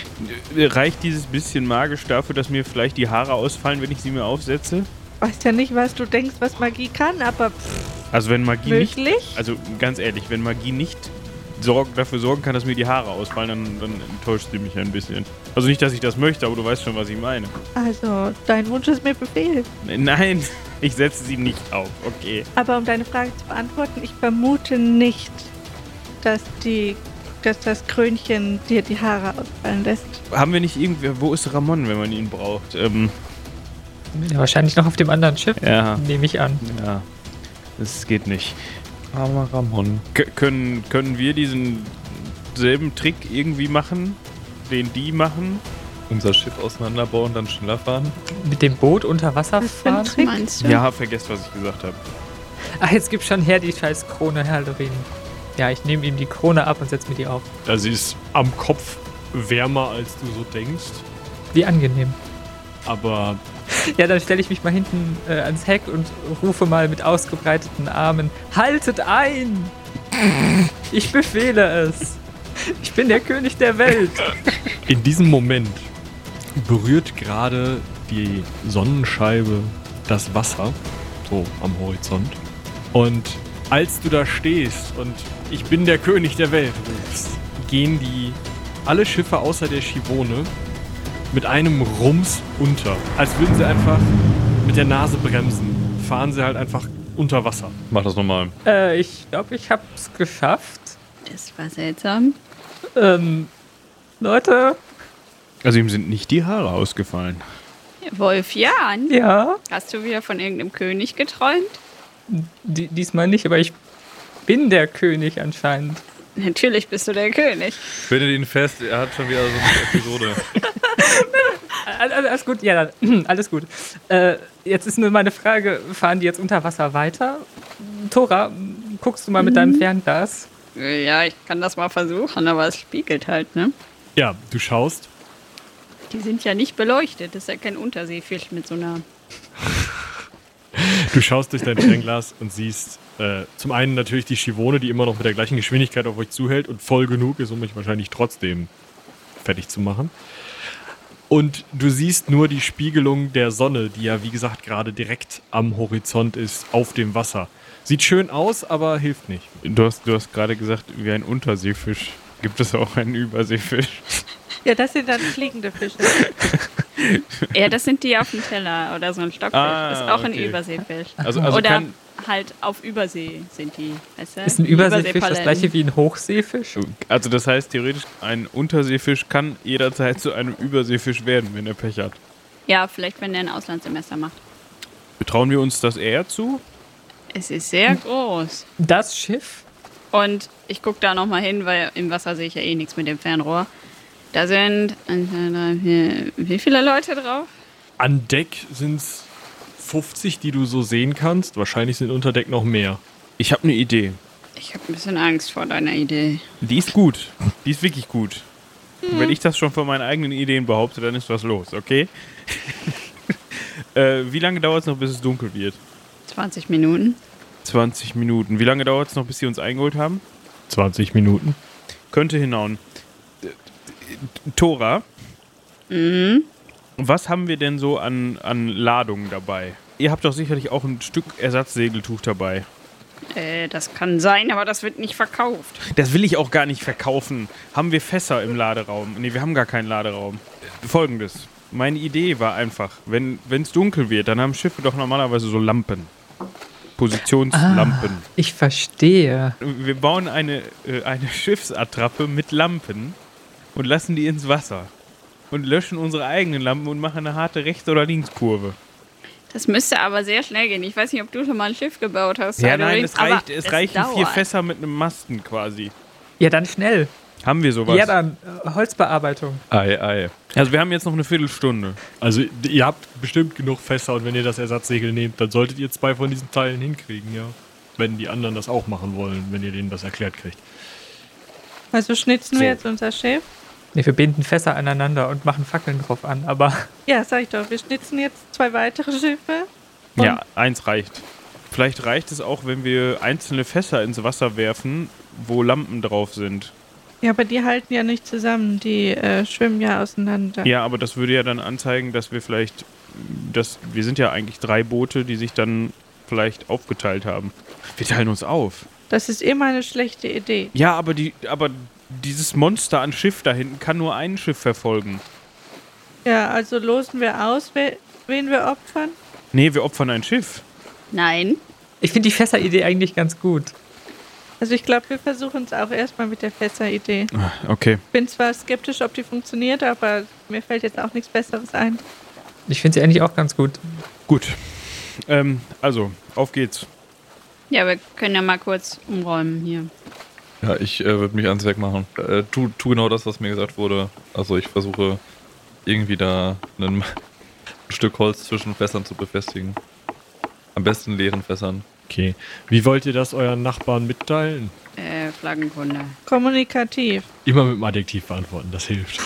Reicht dieses bisschen magisch dafür, dass mir vielleicht die Haare ausfallen, wenn ich sie mir aufsetze? Weißt ja nicht, was du denkst, was Magie kann, aber pff, Also wenn Magie nicht... wirklich? Also ganz ehrlich, wenn Magie nicht sorg, dafür sorgen kann, dass mir die Haare ausfallen, dann, dann enttäuscht sie mich ein bisschen. Also nicht, dass ich das möchte, aber du weißt schon, was ich meine. Also, dein Wunsch ist mir Befehl. Nein, ich setze sie nicht auf, okay. Aber um deine Frage zu beantworten, ich vermute nicht, dass die, dass das Krönchen dir die Haare ausfallen lässt. Haben wir nicht irgendwer... Wo ist Ramon, wenn man ihn braucht? Ähm, Ja, wahrscheinlich noch auf dem anderen Schiff, ja, nehme ich an. ja. Das geht nicht. Armer Ramon. K können, können wir diesen selben Trick irgendwie machen, den die machen? Unser Schiff auseinanderbauen, dann schneller fahren. Mit dem Boot unter Wasser Was für ein fahren? Trick? Meinst du? Ja, vergesst, was ich gesagt habe. Ach, jetzt gib schon her die scheiß Krone, Herr Haldorin. Ja, ich nehme ihm die Krone ab und setze mir die auf. Da sie ist am Kopf wärmer, als du so denkst. Wie angenehm. Aber Ja, dann stelle ich mich mal hinten äh, ans Heck und rufe mal mit ausgebreiteten Armen: Haltet ein! Ich befehle es! Ich bin der König der Welt! in diesem Moment berührt gerade die Sonnenscheibe das Wasser, so am Horizont. Und als du da stehst und ich bin der König der Welt rufst, gehen die alle Schiffe außer der Schivone mit einem Rums unter. Als würden sie einfach mit der Nase bremsen. Fahren sie halt einfach unter Wasser. Mach das nochmal. Äh, ich glaube, ich hab's geschafft. Das war seltsam. Ähm, Leute, Also ihm sind nicht die Haare ausgefallen. Wolfjan, ja, hast du wieder von irgendeinem König geträumt? di diesmal nicht, aber ich bin der König anscheinend. Natürlich bist du der König. Bindet ihn fest, er hat schon wieder so eine Episode. All- all- Alles gut, ja, dann, alles gut. Äh, jetzt ist nur meine Frage, fahren die jetzt unter Wasser weiter? Tora, guckst du mal mit deinem Fernglas? Ja, ich kann das mal versuchen, aber es spiegelt halt, ne? Ja, du schaust. Die sind ja nicht beleuchtet. Das ist ja kein Unterseefisch mit so einer... Du schaust durch dein Fernglas und siehst äh, zum einen natürlich die Schivone, die immer noch mit der gleichen Geschwindigkeit auf euch zuhält und voll genug ist, um euch wahrscheinlich trotzdem fertig zu machen. Und du siehst nur die Spiegelung der Sonne, die ja wie gesagt gerade direkt am Horizont ist, auf dem Wasser. Sieht schön aus, aber hilft nicht. Du hast, du hast gerade gesagt, wie ein Unterseefisch. Gibt es auch einen Überseefisch? Ja, das sind dann fliegende Fische. Ja, das sind die auf dem Teller oder so ein Stockfisch. Ah, Das ist auch ein okay. Überseefisch. Also, also oder kann, halt auf Übersee sind die. Weißt du? Ist ein Die Überseefisch das Überseepaletten. gleiche wie ein Hochseefisch? also das heißt theoretisch, ein Unterseefisch kann jederzeit zu einem Überseefisch werden, wenn er Pech hat. Ja, vielleicht, wenn der ein Auslandssemester macht. Betrauen wir uns das eher zu? Es ist sehr groß. Das Schiff? Und ich gucke da nochmal hin, weil im Wasser sehe ich ja eh nichts mit dem Fernrohr. Da sind, eins, zwei, drei, vier, wie viele Leute drauf? An Deck sind es fünfzig, die du so sehen kannst. Wahrscheinlich sind unter Deck noch mehr. Ich habe eine Idee. Ich habe ein bisschen Angst vor deiner Idee. Die ist gut. Die ist wirklich gut. Mhm. Wenn ich das schon von meinen eigenen Ideen behaupte, dann ist was los, okay? äh, wie lange dauert es noch, bis es dunkel wird? zwanzig Minuten. zwanzig Minuten. Wie lange dauert es noch, bis sie uns eingeholt haben? zwanzig Minuten. Könnte hinhauen. Tora, Mhm. was haben wir denn so an, an Ladungen dabei? Ihr habt doch sicherlich auch ein Stück Ersatzsegeltuch dabei. Äh, das kann sein, aber das wird nicht verkauft. Das will ich auch gar nicht verkaufen. Haben wir Fässer im Laderaum? Nee, wir haben gar keinen Laderaum. Folgendes. Meine Idee war einfach, wenn es dunkel wird, dann haben Schiffe doch normalerweise so Lampen. Positionslampen. Ah, ich verstehe. Wir bauen eine, äh, eine Schiffsattrappe mit Lampen und lassen die ins Wasser. Und löschen unsere eigenen Lampen und machen eine harte Rechts- oder Linkskurve. Das müsste aber sehr schnell gehen. Ich weiß nicht, ob du schon mal ein Schiff gebaut hast. Ja, Alter, nein, es, aber reicht, es reichen dauert. vier Fässer mit einem Masten quasi. Ja, dann schnell. Haben wir sowas? Ja, dann äh, Holzbearbeitung. Ei, ei. Also wir haben jetzt noch eine Viertelstunde. Also ihr habt bestimmt genug Fässer und wenn ihr das Ersatzsegel nehmt, dann solltet ihr zwei von diesen Teilen hinkriegen, ja. Wenn die anderen das auch machen wollen, wenn ihr denen das erklärt kriegt. Also schnitzen So. wir jetzt unser Schiff? Nee, wir binden Fässer aneinander und machen Fackeln drauf an, aber Ja, sag ich doch. Wir schnitzen jetzt zwei weitere Schiffe. Und Ja, eins reicht. Vielleicht reicht es auch, wenn wir einzelne Fässer ins Wasser werfen, wo Lampen drauf sind. Ja, aber die halten ja nicht zusammen. Die äh, schwimmen ja auseinander. Ja, aber das würde ja dann anzeigen, dass wir vielleicht, dass wir sind ja eigentlich drei Boote, die sich dann vielleicht aufgeteilt haben. Wir teilen uns auf. Das ist immer eine schlechte Idee. Ja, aber die, aber dieses Monster an Schiff da hinten kann nur ein Schiff verfolgen. Ja, also losen wir aus, we wen wir opfern. Nee, wir opfern ein Schiff. Nein. ich finde die Fässeridee eigentlich ganz gut. Also ich glaube, wir versuchen es auch erstmal mit der Fässer-Idee. Okay. Bin zwar skeptisch, ob die funktioniert, aber mir fällt jetzt auch nichts Besseres ein. Ich finde sie eigentlich auch ganz gut. Gut. Ähm, also, auf geht's. Ja, wir können ja mal kurz umräumen hier. Ja, ich äh, würde mich ans Werk machen. Äh, tu, tu genau das, was mir gesagt wurde. Also ich versuche irgendwie da ein Stück Holz zwischen Fässern zu befestigen. Am besten leeren Fässern. Okay. Wie wollt ihr das euren Nachbarn mitteilen? Äh, Flaggenkunde. Kommunikativ. Immer mit dem Adjektiv beantworten, das hilft.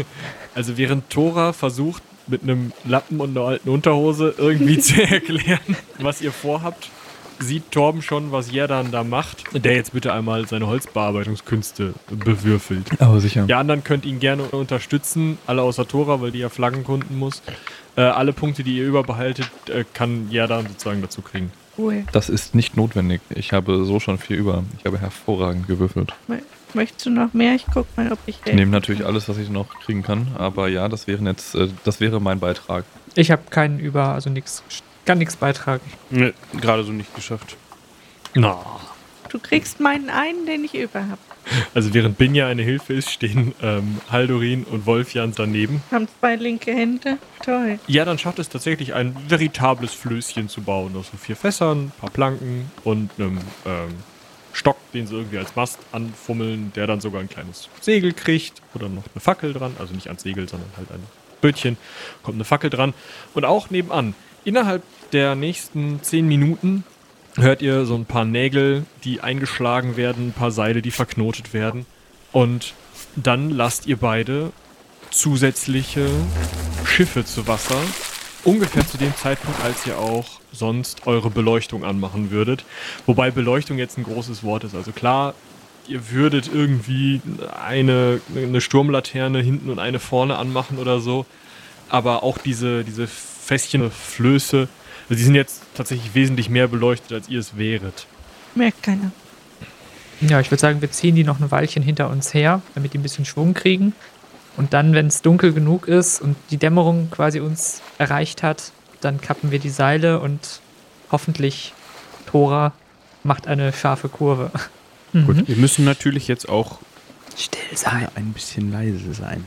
Also während Tora versucht, mit einem Lappen und einer alten Unterhose irgendwie zu erklären, was ihr vorhabt, sieht Torben schon, was Jerdan da macht, der jetzt bitte einmal seine Holzbearbeitungskünste bewürfelt. Aber sicher. Die anderen könnt ihn gerne unterstützen, alle außer Tora, weil die ja Flaggenkunden muss. Äh, alle Punkte, die ihr überbehaltet, äh, kann Jerdan sozusagen dazu kriegen. Cool. Das ist nicht notwendig. Ich habe so schon viel über. Ich habe hervorragend gewürfelt. Mö- Möchtest du noch mehr? Ich guck mal, ob ich Ich nehme natürlich alles, was ich noch kriegen kann. Aber ja, das wäre jetzt, äh, das wäre mein Beitrag. Ich habe keinen über, also nichts, kann nichts beitragen. Ne, gerade so nicht geschafft. Na. Du kriegst meinen einen, den ich über habe. Also während Binja eine Hilfe ist, stehen ähm, Haldorin und Wolfjan daneben. Haben zwei linke Hände. Toll. Ja, dann schafft es tatsächlich ein veritables Flößchen zu bauen. Aus so vier Fässern, ein paar Planken und einem ähm, Stock, den sie irgendwie als Mast anfummeln, der dann sogar ein kleines Segel kriegt oder noch eine Fackel dran. Also nicht ans Segel, sondern halt ein Bötchen. Kommt eine Fackel dran. Und auch nebenan, innerhalb der nächsten zehn Minuten hört ihr so ein paar Nägel, die eingeschlagen werden, ein paar Seile, die verknotet werden. Und dann lasst ihr beide zusätzliche Schiffe zu Wasser. Ungefähr zu dem Zeitpunkt, als ihr auch sonst eure Beleuchtung anmachen würdet. Wobei Beleuchtung jetzt ein großes Wort ist. Also klar, ihr würdet irgendwie eine, eine Sturmlaterne hinten und eine vorne anmachen oder so. Aber auch diese, diese Fässchen, Flöße, also die sind jetzt tatsächlich wesentlich mehr beleuchtet, als ihr es wäret. Merkt keiner. Ja, ich würde sagen, wir ziehen die noch ein Weilchen hinter uns her, damit die ein bisschen Schwung kriegen. Und dann, wenn es dunkel genug ist und die Dämmerung quasi uns erreicht hat, dann kappen wir die Seile und hoffentlich Tora macht eine scharfe Kurve. Gut, wir müssen natürlich jetzt auch Still sein. ein bisschen leise sein.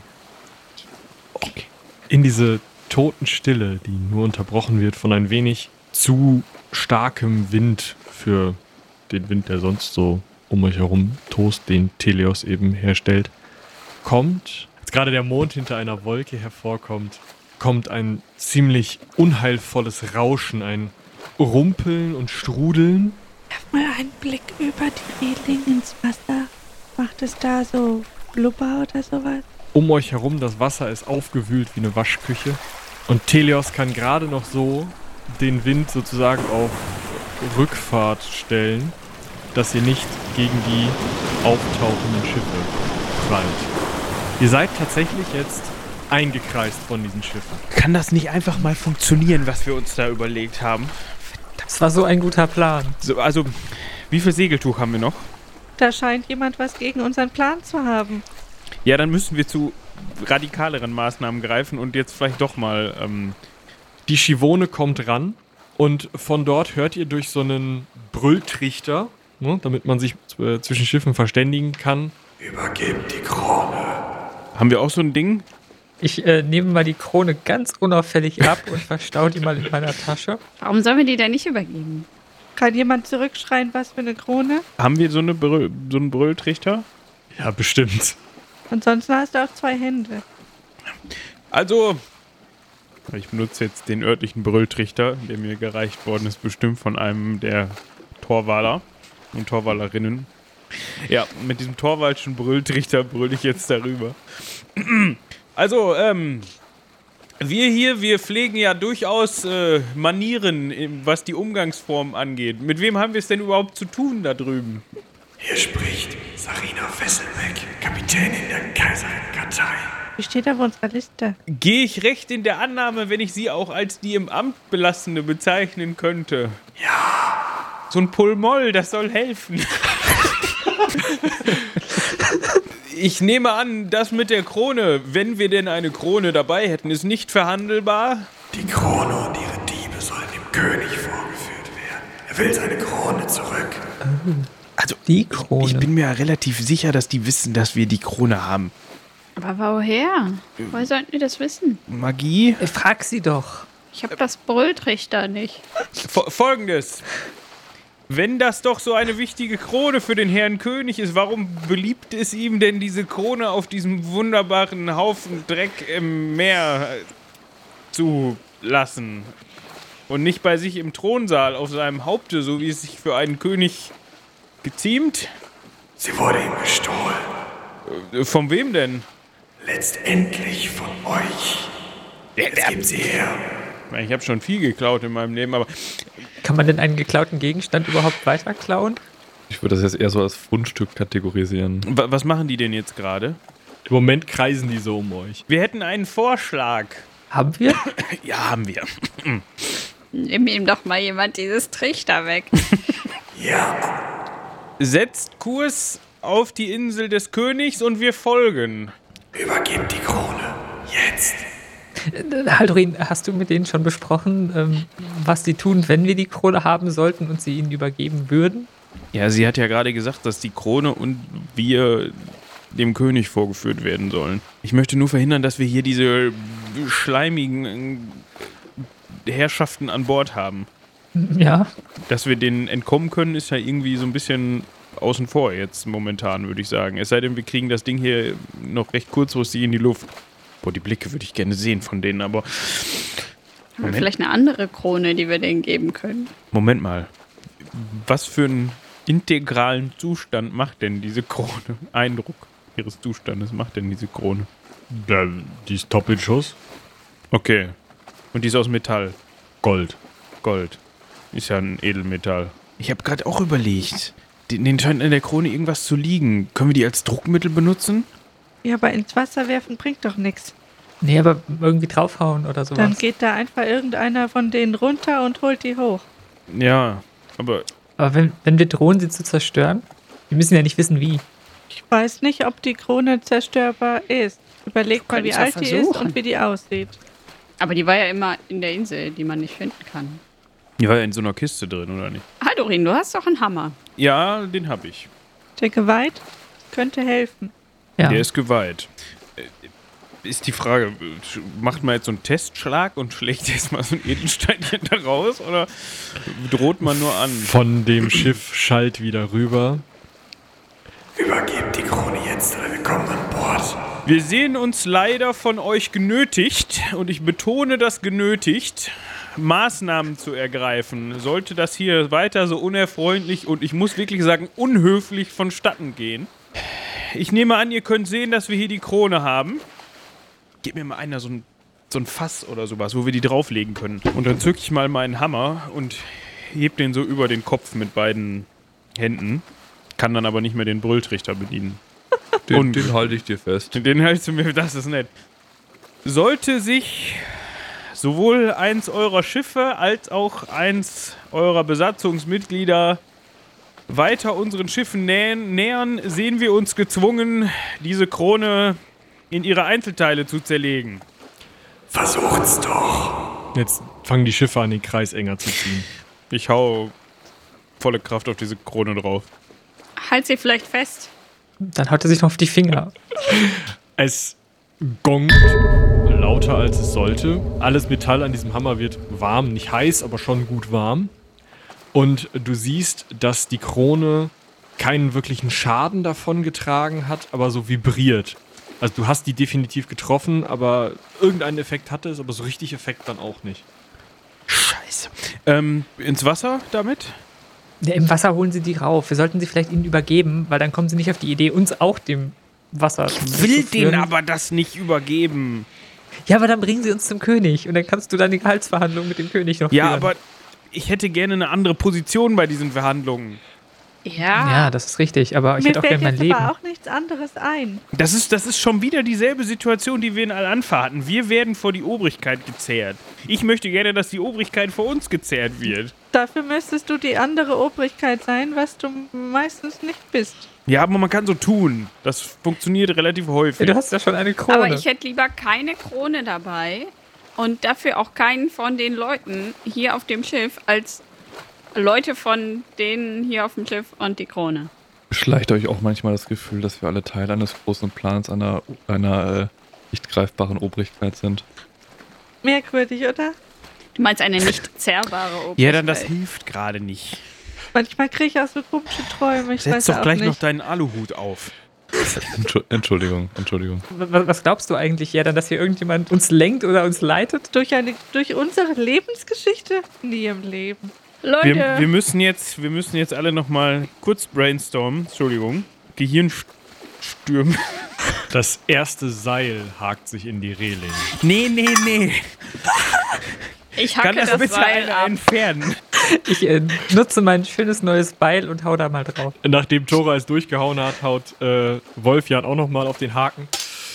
Okay. In diese Totenstille, die nur unterbrochen wird von ein wenig zu starkem Wind für den Wind, der sonst so um euch herum tost, den Teleos eben herstellt, kommt, als gerade der Mond hinter einer Wolke hervorkommt, kommt ein ziemlich unheilvolles Rauschen, ein Rumpeln und Strudeln. Werf mal einen Blick über die Reling ins Wasser. Macht es da so Blubber oder sowas? Um euch herum, das Wasser ist aufgewühlt wie eine Waschküche. Und Teleos kann gerade noch so den Wind sozusagen auf Rückfahrt stellen, dass ihr nicht gegen die auftauchenden Schiffe prallt. Ihr seid tatsächlich jetzt eingekreist von diesen Schiffen. Kann das nicht einfach mal funktionieren, was wir uns da überlegt haben? Das war so ein guter Plan. So, also, wie viel Segeltuch haben wir noch? Da scheint jemand was gegen unseren Plan zu haben. Ja, dann müssen wir zu radikaleren Maßnahmen greifen und jetzt vielleicht doch mal... Ähm Die Schivone kommt ran und von dort hört ihr durch so einen Brülltrichter, ne, damit man sich äh, zwischen Schiffen verständigen kann. Übergebt die Krone. Haben wir auch so ein Ding? Ich äh, nehme mal die Krone ganz unauffällig ab und verstaue die mal in meiner Tasche. Warum sollen wir die denn nicht übergeben? Kann jemand zurückschreien, was für eine Krone? Haben wir so, eine Brüll, so einen Brülltrichter? Ja, bestimmt. Ansonsten hast du auch zwei Hände. Also, ich benutze jetzt den örtlichen Brülltrichter, der mir gereicht worden ist, bestimmt von einem der Torwaler und Torwalerinnen. Ja, mit diesem torwalschen Brülltrichter brülle ich jetzt darüber. Also, ähm, wir hier, wir pflegen ja durchaus äh, Manieren, was die Umgangsform angeht. Mit wem haben wir es denn überhaupt zu tun da drüben? Hier spricht Sarina Fesselbeck, Kapitänin der Kaiserin-Kartei. Wie steht auf unserer Liste? Gehe ich recht in der Annahme, wenn ich sie auch als die im Amt Belassene bezeichnen könnte? Ja. So ein Pull-Moll, das soll helfen. Ich nehme an, das mit der Krone, wenn wir denn eine Krone dabei hätten, ist nicht verhandelbar. Die Krone und ihre Diebe sollen dem König vorgeführt werden. Er will seine Krone zurück. Also, Die Krone. ich bin mir relativ sicher, dass die wissen, dass wir die Krone haben. Aber woher? Woher sollten wir das wissen? Magie? Äh, Frag sie doch. Ich habe das Brülltrichter nicht. Fo- Folgendes. Wenn das doch so eine wichtige Krone für den Herrn König ist, warum beliebt es ihm denn, diese Krone auf diesem wunderbaren Haufen Dreck im Meer zu lassen? Und nicht bei sich im Thronsaal auf seinem Haupte, so wie es sich für einen König geziemt? Sie wurde ihm gestohlen. Äh, Von wem denn? Letztendlich von euch. Jetzt gibt sie her. Ich habe schon viel geklaut in meinem Leben, aber Kann man denn einen geklauten Gegenstand überhaupt weiter klauen? Ich würde das jetzt eher so als Fundstück kategorisieren. wa- was machen die denn jetzt gerade? Im Moment kreisen die so um euch. Wir hätten einen Vorschlag. Haben wir? Ja, haben wir. Nimm ihm doch mal jemand dieses Trichter weg. Ja, Setzt Kurs auf die Insel des Königs und wir folgen. übergebt die Krone. Jetzt. Äh, Haldorin, hast du mit denen schon besprochen, ähm, was sie tun, wenn wir die Krone haben sollten und sie ihnen übergeben würden? Ja, sie hat ja gerade gesagt, dass die Krone und wir dem König vorgeführt werden sollen. Ich möchte nur verhindern, dass wir hier diese schleimigen äh, Herrschaften an Bord haben. Ja. Dass wir denen entkommen können, ist ja irgendwie so ein bisschen außen vor jetzt momentan, würde ich sagen. Es sei denn, wir kriegen das Ding hier noch recht kurzfristig in die Luft. Boah, die Blicke würde ich gerne sehen von denen, aber... Haben wir Moment. vielleicht eine andere Krone, die wir denen geben können? Moment mal. Was für einen integralen Zustand macht denn diese Krone? Eindruck ihres Zustandes macht denn diese Krone? Ja, die ist top in Schuss. Okay. Und die ist aus Metall. Gold. Gold. Ist ja ein Edelmetall. Ich habe gerade auch überlegt. Denen scheint in der Krone irgendwas zu liegen. Können wir die als Druckmittel benutzen? Ja, aber ins Wasser werfen bringt doch nichts. Nee, aber irgendwie draufhauen oder sowas. Dann geht da einfach irgendeiner von denen runter und holt die hoch. Ja, aber Aber wenn, wenn wir drohen, sie zu zerstören, wir müssen ja nicht wissen, wie. Ich weiß nicht, ob die Krone zerstörbar ist. Überleg mal, wie könnt's ja alt die ist versuchen. und wie die aussieht. Aber die war ja immer in der Insel, die man nicht finden kann. die war ja in so einer Kiste drin, oder nicht? Haldorin, du hast doch einen Hammer. Ja, den habe ich. Der geweiht könnte helfen. Ja. Der ist geweiht. Äh, Ist die Frage, äh, macht man jetzt so einen Testschlag und schlägt jetzt mal so ein Edelsteinchen da raus oder droht man nur an? Von dem Schiff schallt wieder rüber. Übergebt die Krone jetzt oder wir kommen an Bord. Wir sehen uns leider von euch genötigt, und ich betone das genötigt, Maßnahmen zu ergreifen. Sollte das hier weiter so unerfreulich und ich muss wirklich sagen unhöflich vonstatten gehen. Ich nehme an, ihr könnt sehen, dass wir hier die Krone haben. Gib mir mal einer so ein, so ein Fass oder sowas, wo wir die drauflegen können. Und dann zück ich mal meinen Hammer und heb den so über den Kopf mit beiden Händen. Kann dann aber nicht mehr den Brülltrichter bedienen. Den, Und- den halte ich dir fest. Den hältst du mir, das ist nett. Sollte sich sowohl eins eurer Schiffe als auch eins eurer Besatzungsmitglieder weiter unseren Schiffen nähen, nähern, sehen wir uns gezwungen, diese Krone in ihre Einzelteile zu zerlegen. Versucht's doch. Jetzt fangen die Schiffe an, den Kreis enger zu ziehen. Ich hau volle Kraft auf diese Krone drauf. Halt sie vielleicht fest. Dann haut er sich noch auf die Finger. Es gongt lauter als es sollte. Alles Metall an diesem Hammer wird warm, nicht heiß, aber schon gut warm. Und du siehst, dass die Krone keinen wirklichen Schaden davon getragen hat, aber so vibriert. Also du hast die definitiv getroffen, aber irgendeinen Effekt hatte es, aber so richtig Effekt dann auch nicht. Scheiße. Ähm, ins Wasser damit? Ja, im Wasser holen sie die rauf. Wir sollten sie vielleicht ihnen übergeben, weil dann kommen sie nicht auf die Idee, uns auch dem Wasser zu Ich will führen. denen aber das nicht übergeben. Ja, aber dann bringen sie uns zum König und dann kannst du dann die Gehaltsverhandlungen mit dem König noch Ja, führen. aber ich hätte gerne eine andere Position bei diesen Verhandlungen. Ja. Ja, das ist richtig, aber ich Mir hätte auch fällt gerne mein jetzt Leben. aber auch nichts anderes ein. Das ist, das ist schon wieder dieselbe Situation, die wir in Al-Anfa hatten. Wir werden vor die Obrigkeit gezerrt. Ich möchte gerne, dass die Obrigkeit vor uns gezerrt wird. Dafür müsstest du die andere Obrigkeit sein, was du meistens nicht bist. Ja, aber man kann so tun. Das funktioniert relativ Ja, häufig. du hast ja schon eine Krone. Aber ich hätte lieber keine Krone dabei und dafür auch keinen von den Leuten hier auf dem Schiff als Leute von denen hier auf dem Schiff und die Krone. Schleicht euch auch manchmal das Gefühl, dass wir alle Teil eines großen Plans einer, einer äh, nicht greifbaren Obrigkeit sind? Merkwürdig, oder? Du meinst eine nicht zerrbare Obrigkeit? Ja, dann das hilft gerade nicht. Manchmal kriege ich auch so komische Träume. Ich Setz weiß doch auch gleich nicht. noch deinen Aluhut auf. Entschu- Entschuldigung, Entschuldigung. Was, was glaubst du eigentlich, ja, dann, dass hier irgendjemand uns lenkt oder uns leitet? Durch, eine, durch unsere Lebensgeschichte? Nie im Leben. Leute, Wir, wir, müssen jetzt, wir müssen jetzt alle noch mal kurz brainstormen. Entschuldigung. Gehirnstürmen. Das erste Seil hakt sich in die Reling. Nee, nee, nee. ich Kann hacke das, das, bitte Seil einer ab. entfernen? Ich äh, nutze mein schönes neues Beil und hau da mal drauf. Nachdem Tora es durchgehauen hat, haut äh, Wolfjan auch nochmal auf den Haken.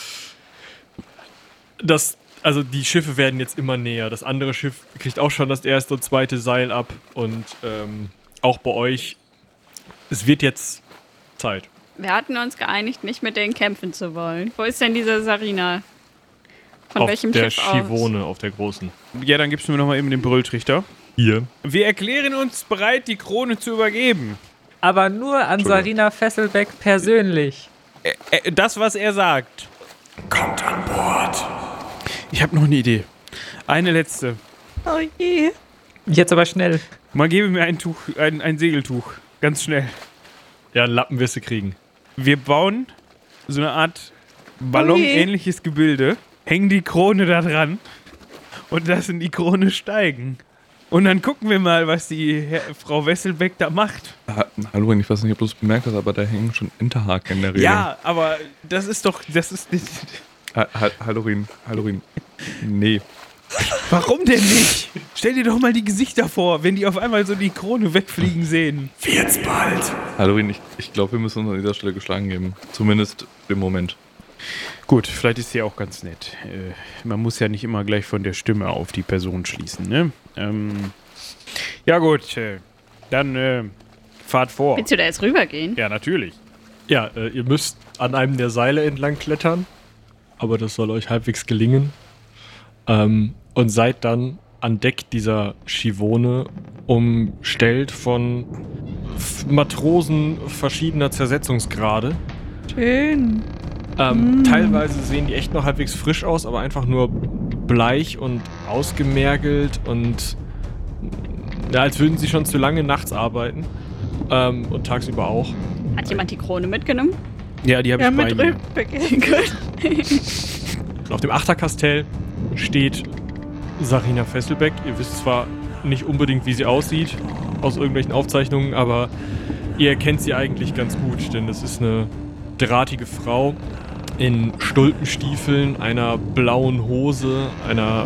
Das, also die Schiffe werden jetzt immer näher. Das andere Schiff kriegt auch schon das erste und zweite Seil ab. Und ähm, auch bei euch, es wird jetzt Zeit. Wir hatten uns geeinigt, nicht mit denen kämpfen zu wollen. Wo ist denn diese Sarina? Von auf welchem der Schiff aus? Schivone, auf der großen. Ja, dann gibst du mir noch mal eben den Brülltrichter. Hier. Wir erklären uns bereit, die Krone zu übergeben. Aber nur an Sarina Fesselbeck persönlich. Äh, das, was er sagt. Kommt an Bord. Ich habe noch eine Idee. Eine letzte. Oh je. Jetzt aber schnell. Mal gebe mir ein Tuch, ein, ein Segeltuch. Ganz schnell. Ja, einen Lappen wirst du kriegen. Wir bauen so eine Art Ballon-ähnliches Gebilde, hängen die Krone da dran und lassen die Krone steigen. Und dann gucken wir mal, was die Herr, Frau Wesselbeck da macht. Ha Hallo, ich weiß nicht, ob du es bemerkt hast, aber da hängen schon Enterhaken in der Reling. Ja, aber das ist doch, das ist nicht... Ha ha Hallorin, Hallorin. Nee. Warum denn nicht? Stell dir doch mal die Gesichter vor, wenn die auf einmal so die Krone wegfliegen sehen. Wird's bald. Hallorin, ich, ich glaube, wir müssen uns an dieser Stelle geschlagen geben. Zumindest im Moment. Gut, vielleicht ist sie auch ganz nett. Äh, man muss ja nicht immer gleich von der Stimme auf die Person schließen, ne? Ähm, ja gut, äh, dann äh, fahrt vor. Willst du da jetzt rübergehen? Ja, natürlich. Ja, äh, ihr müsst an einem der Seile entlang klettern, aber das soll euch halbwegs gelingen. Ähm, und seid dann an Deck dieser Schivone umstellt von F Matrosen verschiedener Zersetzungsgrade. Schön. Ähm, mm. Teilweise sehen die echt noch halbwegs frisch aus, aber einfach nur bleich und ausgemergelt und ja, als würden sie schon zu lange nachts arbeiten. Ähm, und tagsüber auch. Hat jemand die Krone mitgenommen? Ja, die habe Ja, ich bei mit mir. Rückbeginn. Auf dem Achterkastell steht Sarina Fesselbeck. Ihr wisst zwar nicht unbedingt, wie sie aussieht, aus irgendwelchen Aufzeichnungen, aber ihr erkennt sie eigentlich ganz gut, denn das ist eine drahtige Frau in Stulpenstiefeln, einer blauen Hose, einer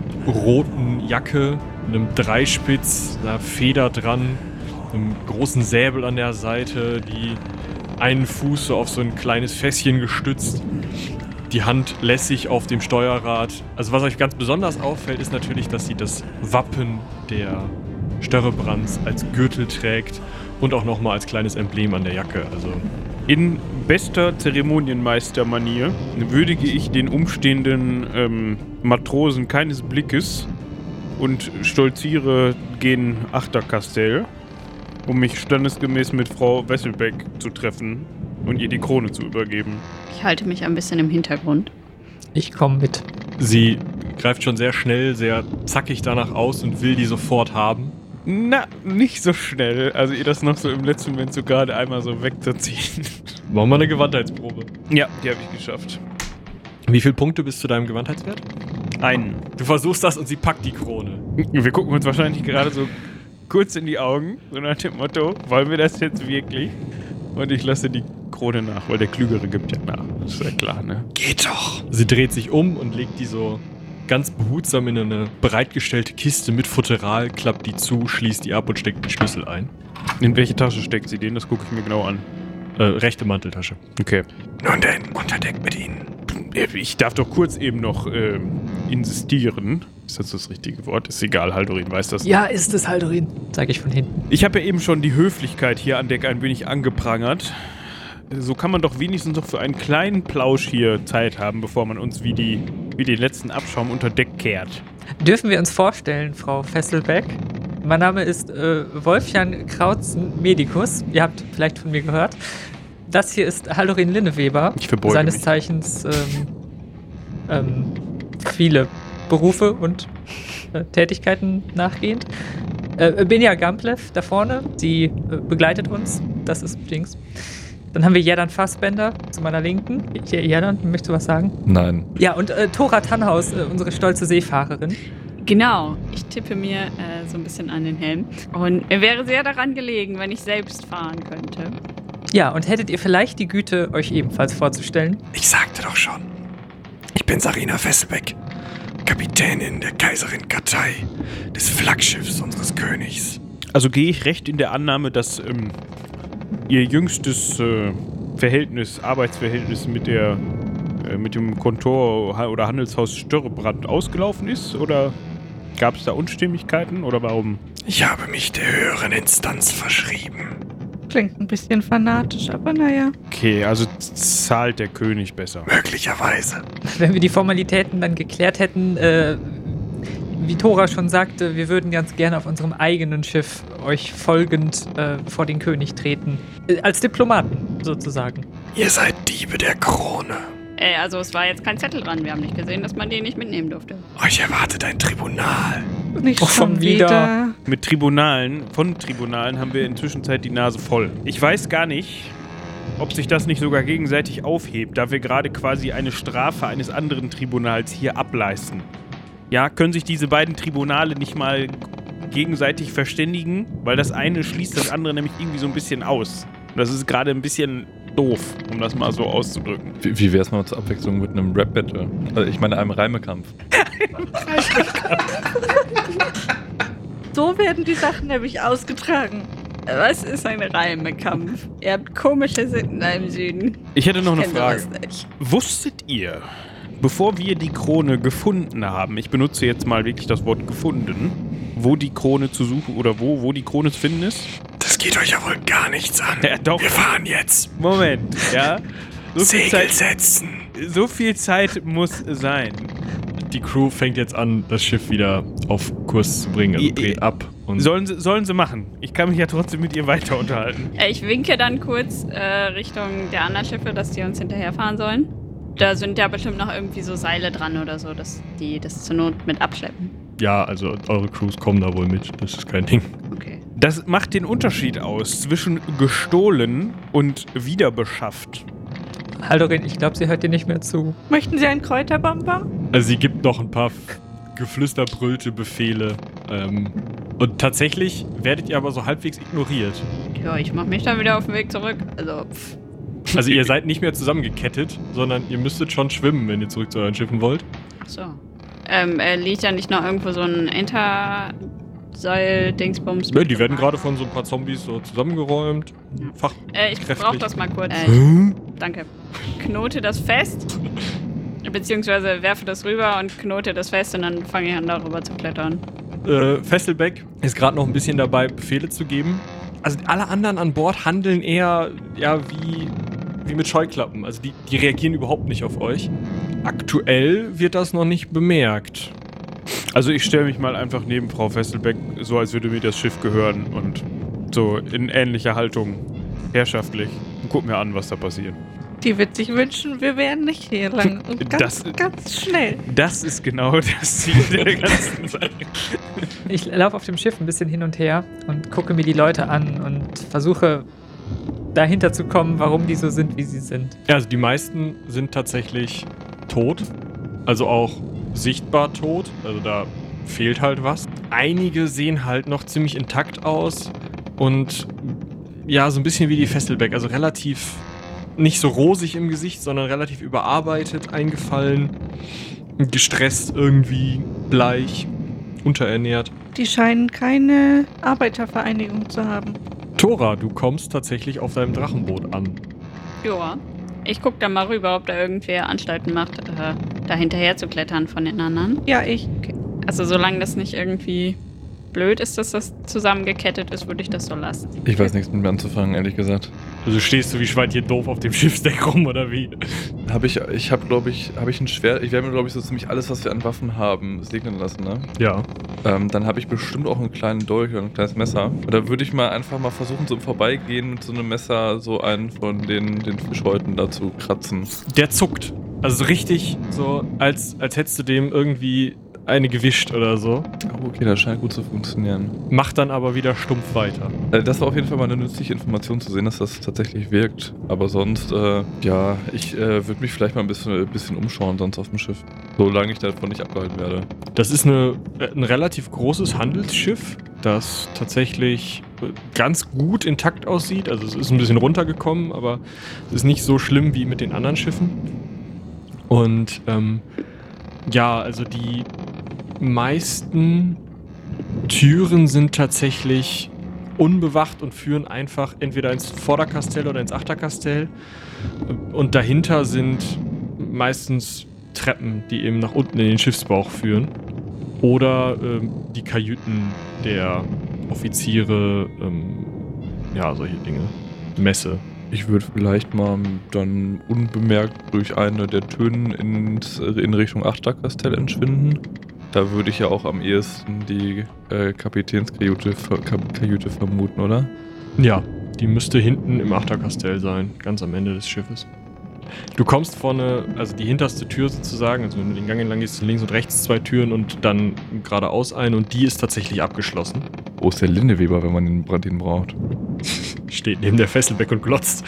roten Jacke, einem Dreispitz, einer Feder dran, einem großen Säbel an der Seite, die einen Fuß so auf so ein kleines Fässchen gestützt, die Hand lässig auf dem Steuerrad. Also was euch ganz besonders auffällt, ist natürlich, dass sie das Wappen der Störrebrands als Gürtel trägt und auch nochmal als kleines Emblem an der Jacke. Also In bester Zeremonienmeister-Manier würdige ich den umstehenden ähm, Matrosen keines Blickes und stolziere gen Achterkastell, um mich standesgemäß mit Frau Wesselbeck zu treffen und ihr die Krone zu übergeben. Ich halte mich ein bisschen im Hintergrund. Ich komme mit. sie greift schon sehr schnell, sehr zackig danach aus und will die sofort haben. Na, nicht so schnell. Also ihr das noch so im letzten Moment so gerade einmal so wegzuziehen. Machen wir eine Gewandheitsprobe. Ja, die habe ich geschafft. Wie viele Punkte bis zu deinem Gewandheitswert? Einen. Du versuchst das und sie packt die Krone. Wir gucken uns wahrscheinlich gerade so kurz in die Augen, so nach dem Motto, wollen wir das jetzt wirklich? Und ich lasse die Krone nach, weil der Klügere gibt ja nach. Das ist ja klar, ne? Geht doch. Sie dreht sich um und legt die so ganz behutsam in eine bereitgestellte Kiste mit Futteral, klappt die zu, schließt die ab und steckt den Schlüssel ein. In welche Tasche steckt sie den? Das gucke ich mir genau an. Äh, rechte Manteltasche. Okay. Nun denn, unter Deck mit ihnen. Ich darf doch kurz eben noch ähm, insistieren. Ist das das richtige Wort? Ist egal, Haldorin weiß das. Ja, ist es, Haldorin, sage ich von hinten. Ich habe ja eben schon die Höflichkeit hier an Deck ein wenig angeprangert. So kann man doch wenigstens noch für einen kleinen Plausch hier Zeit haben, bevor man uns wie, die, wie den letzten Abschaum unter Deck kehrt. Dürfen wir uns vorstellen, Frau Fesselbeck? Mein Name ist äh, Wolfjan Krautzen-Medikus. Ihr habt vielleicht von mir gehört. Das hier ist Haldorin Linneweber. Ich verbeuge Seines mich. Zeichens ähm, ähm, viele Berufe und äh, Tätigkeiten nachgehend. Äh, Benja Gamplev da vorne, sie äh, begleitet uns. Das ist Dings. Dann haben wir Jerdan Fassbender zu meiner Linken. Hier, Jerdan, möchtest du was sagen? Nein. Ja, und äh, Thora Tannhaus, äh, unsere stolze Seefahrerin. Genau, ich tippe mir äh, so ein bisschen an den Helm. Und mir wäre sehr daran gelegen, wenn ich selbst fahren könnte. Ja, und hättet ihr vielleicht die Güte, euch ebenfalls vorzustellen? Ich sagte doch schon. Ich bin Sarina Fesselbeck, Kapitänin der Kaiserin Katay, des Flaggschiffs unseres Königs. Also gehe ich recht in der Annahme, dass ähm, ihr jüngstes äh, Verhältnis, Arbeitsverhältnis mit der äh, mit dem Kontor oder Handelshaus Störrebrand ausgelaufen ist? Oder gab es da Unstimmigkeiten? Oder warum? Ich habe mich der höheren Instanz verschrieben. Klingt ein bisschen fanatisch, aber naja. Okay, also zahlt der König besser. Möglicherweise. Wenn wir die Formalitäten dann geklärt hätten, äh, wie Thora schon sagte, wir würden ganz gerne auf unserem eigenen Schiff euch folgend äh, vor den König treten. Äh, als Diplomaten sozusagen. Ihr seid Diebe der Krone. Äh, also es war jetzt kein Zettel dran. Wir haben nicht gesehen, dass man den nicht mitnehmen durfte. Euch erwartet ein Tribunal. Nicht Oh, schon schon wieder. wieder. Mit Tribunalen, von Tribunalen haben wir inzwischen Zeit die Nase voll. Ich weiß gar nicht, ob sich das nicht sogar gegenseitig aufhebt, da wir gerade quasi eine Strafe eines anderen Tribunals hier ableisten. Ja, können sich diese beiden Tribunale nicht mal gegenseitig verständigen? Weil das eine schließt das andere nämlich irgendwie so ein bisschen aus. Und das ist gerade ein bisschen doof, um das mal so auszudrücken. Wie, wie wär's mal zur Abwechslung mit einem Rap-Battle? Also ich meine, einem Reimekampf. So werden die Sachen nämlich ausgetragen. Was ist ein Reimekampf? Ihr habt komische Sitten da im Süden. Ich hätte noch eine Kennt Frage. sowas nicht. Wusstet ihr, bevor wir die Krone gefunden haben, ich benutze jetzt mal wirklich das Wort gefunden, wo die Krone zu suchen oder wo, wo die Krone zu finden ist? Das geht euch ja wohl gar nichts an. Ja, doch. Wir fahren jetzt. Moment, ja. So viel, Segel Zeit, setzen. so viel Zeit muss sein. Die Crew fängt jetzt an, das Schiff wieder auf Kurs zu bringen, also I- dreht ab. Und Sollen sie, sollen sie machen. Ich kann mich ja trotzdem mit ihr weiter unterhalten. Äh, Ich winke dann kurz äh, Richtung der anderen Schiffe, dass die uns hinterherfahren sollen. Da sind ja bestimmt noch irgendwie so Seile dran oder so, dass die das zur Not mit abschleppen. ja, also eure Crews kommen da wohl mit, das ist kein Ding. Okay. Das macht den Unterschied aus zwischen gestohlen und wiederbeschafft. Haldorin, ich glaube, sie hört dir nicht mehr zu. Möchten Sie einen Kräuterbonbon? Also sie gibt noch ein paar geflüsterbrüllte Befehle. Ähm, und tatsächlich werdet ihr aber so halbwegs ignoriert. Ja, ich mach mich dann wieder auf den Weg zurück. Also, pff. Also ihr seid nicht mehr zusammengekettet, sondern ihr müsstet schon schwimmen, wenn ihr zurück zu euren Schiffen wollt. Ach so. Ähm, äh, liegt da nicht noch irgendwo so ein Enterseil-Dingsbums? Ja, die werden gerade von so ein paar Zombies so zusammengeräumt. Fach Äh, ich kräftig. brauch das mal kurz. Äh, Hm? danke. Knote das fest. Beziehungsweise werfe das rüber und knote das fest und dann fange ich an, darüber zu klettern. Äh, Fesselbeck ist gerade noch ein bisschen dabei, Befehle zu geben. Also alle anderen an Bord handeln eher ja, wie, wie mit Scheuklappen. Also die, die reagieren überhaupt nicht auf euch. Aktuell wird das noch nicht bemerkt. Also ich stelle mich mal einfach neben Frau Fesselbeck, so als würde mir das Schiff gehören und so in ähnlicher Haltung, herrschaftlich, und guck mir an, was da passiert. Die wird sich wünschen, wir wären nicht hier lang. Und ganz, Das- ganz schnell. Das ist genau das Ziel der ganzen Sache. Ich laufe auf dem Schiff ein bisschen hin und her und gucke mir die Leute an und versuche dahinter zu kommen, warum die so sind, wie sie sind. Ja, also die meisten sind tatsächlich tot. Also auch sichtbar tot. Also da fehlt halt was. Einige sehen halt noch ziemlich intakt aus und ja, so ein bisschen wie die Fesselbeck. Also relativ nicht so rosig im Gesicht, sondern relativ überarbeitet, eingefallen, gestresst irgendwie, bleich, unterernährt. Die scheinen keine Arbeitervereinigung zu haben. Tora, du kommst tatsächlich auf deinem Drachenboot an. Joa. Ich guck da mal rüber, ob da irgendwer Anstalten macht, äh, da hinterher zu klettern von den anderen. Ja, ich. Also solange das nicht irgendwie blöd ist, dass das zusammengekettet ist, würde ich das so lassen. Ich weiß nichts mit mir anzufangen, ehrlich gesagt. Also stehst du wie Schwein doof auf dem Schiffsdeck rum, oder wie? Habe ich, ich habe, glaube ich, habe ich ein Schwert. Ich werde mir, glaube ich, so ziemlich alles, was wir an Waffen haben, segnen lassen, ne? Ja. Ähm, dann habe ich bestimmt auch einen kleinen Dolch oder ein kleines Messer. Und da würde ich mal einfach mal versuchen, so im Vorbeigehen mit so einem Messer so einen von den, den Fischhäuten da zu kratzen. Der zuckt. Also so richtig so, als, als hättest du dem irgendwie eine gewischt oder so. Oh, okay, das scheint gut zu funktionieren. Macht dann aber wieder stumpf weiter. Äh, das war auf jeden Fall mal eine nützliche Information zu sehen, dass das tatsächlich wirkt. Aber sonst, äh, ja, ich äh, würde mich vielleicht mal ein bisschen, ein bisschen umschauen sonst auf dem Schiff. Solange ich davon nicht abgehalten werde. Das ist eine, äh, ein relativ großes Handelsschiff, das tatsächlich äh, ganz gut intakt aussieht. Also es ist ein bisschen runtergekommen, aber es ist nicht so schlimm wie mit den anderen Schiffen. Und ähm, ja, also die meisten Türen sind tatsächlich unbewacht und führen einfach entweder ins Vorderkastell oder ins Achterkastell. Und dahinter sind meistens Treppen, die eben nach unten in den Schiffsbauch führen. Oder ähm, die Kajüten der Offiziere, ähm, ja, solche Dinge. Messe. Ich würde vielleicht mal dann unbemerkt durch eine der Türen ins, in Richtung Achterkastell entschwinden. Da würde ich ja auch am ehesten die äh, Kapitänskajüte Kajüte vermuten, oder? Ja, die müsste hinten im Achterkastell sein, ganz am Ende des Schiffes. Du kommst vorne, also die hinterste Tür sozusagen, also wenn du den Gang entlang gehst, links und rechts zwei Türen und dann geradeaus eine und die ist tatsächlich abgeschlossen. Wo ist der Lindeweber, wenn man den, den braucht? Steht neben der Fesselbeck und glotzt.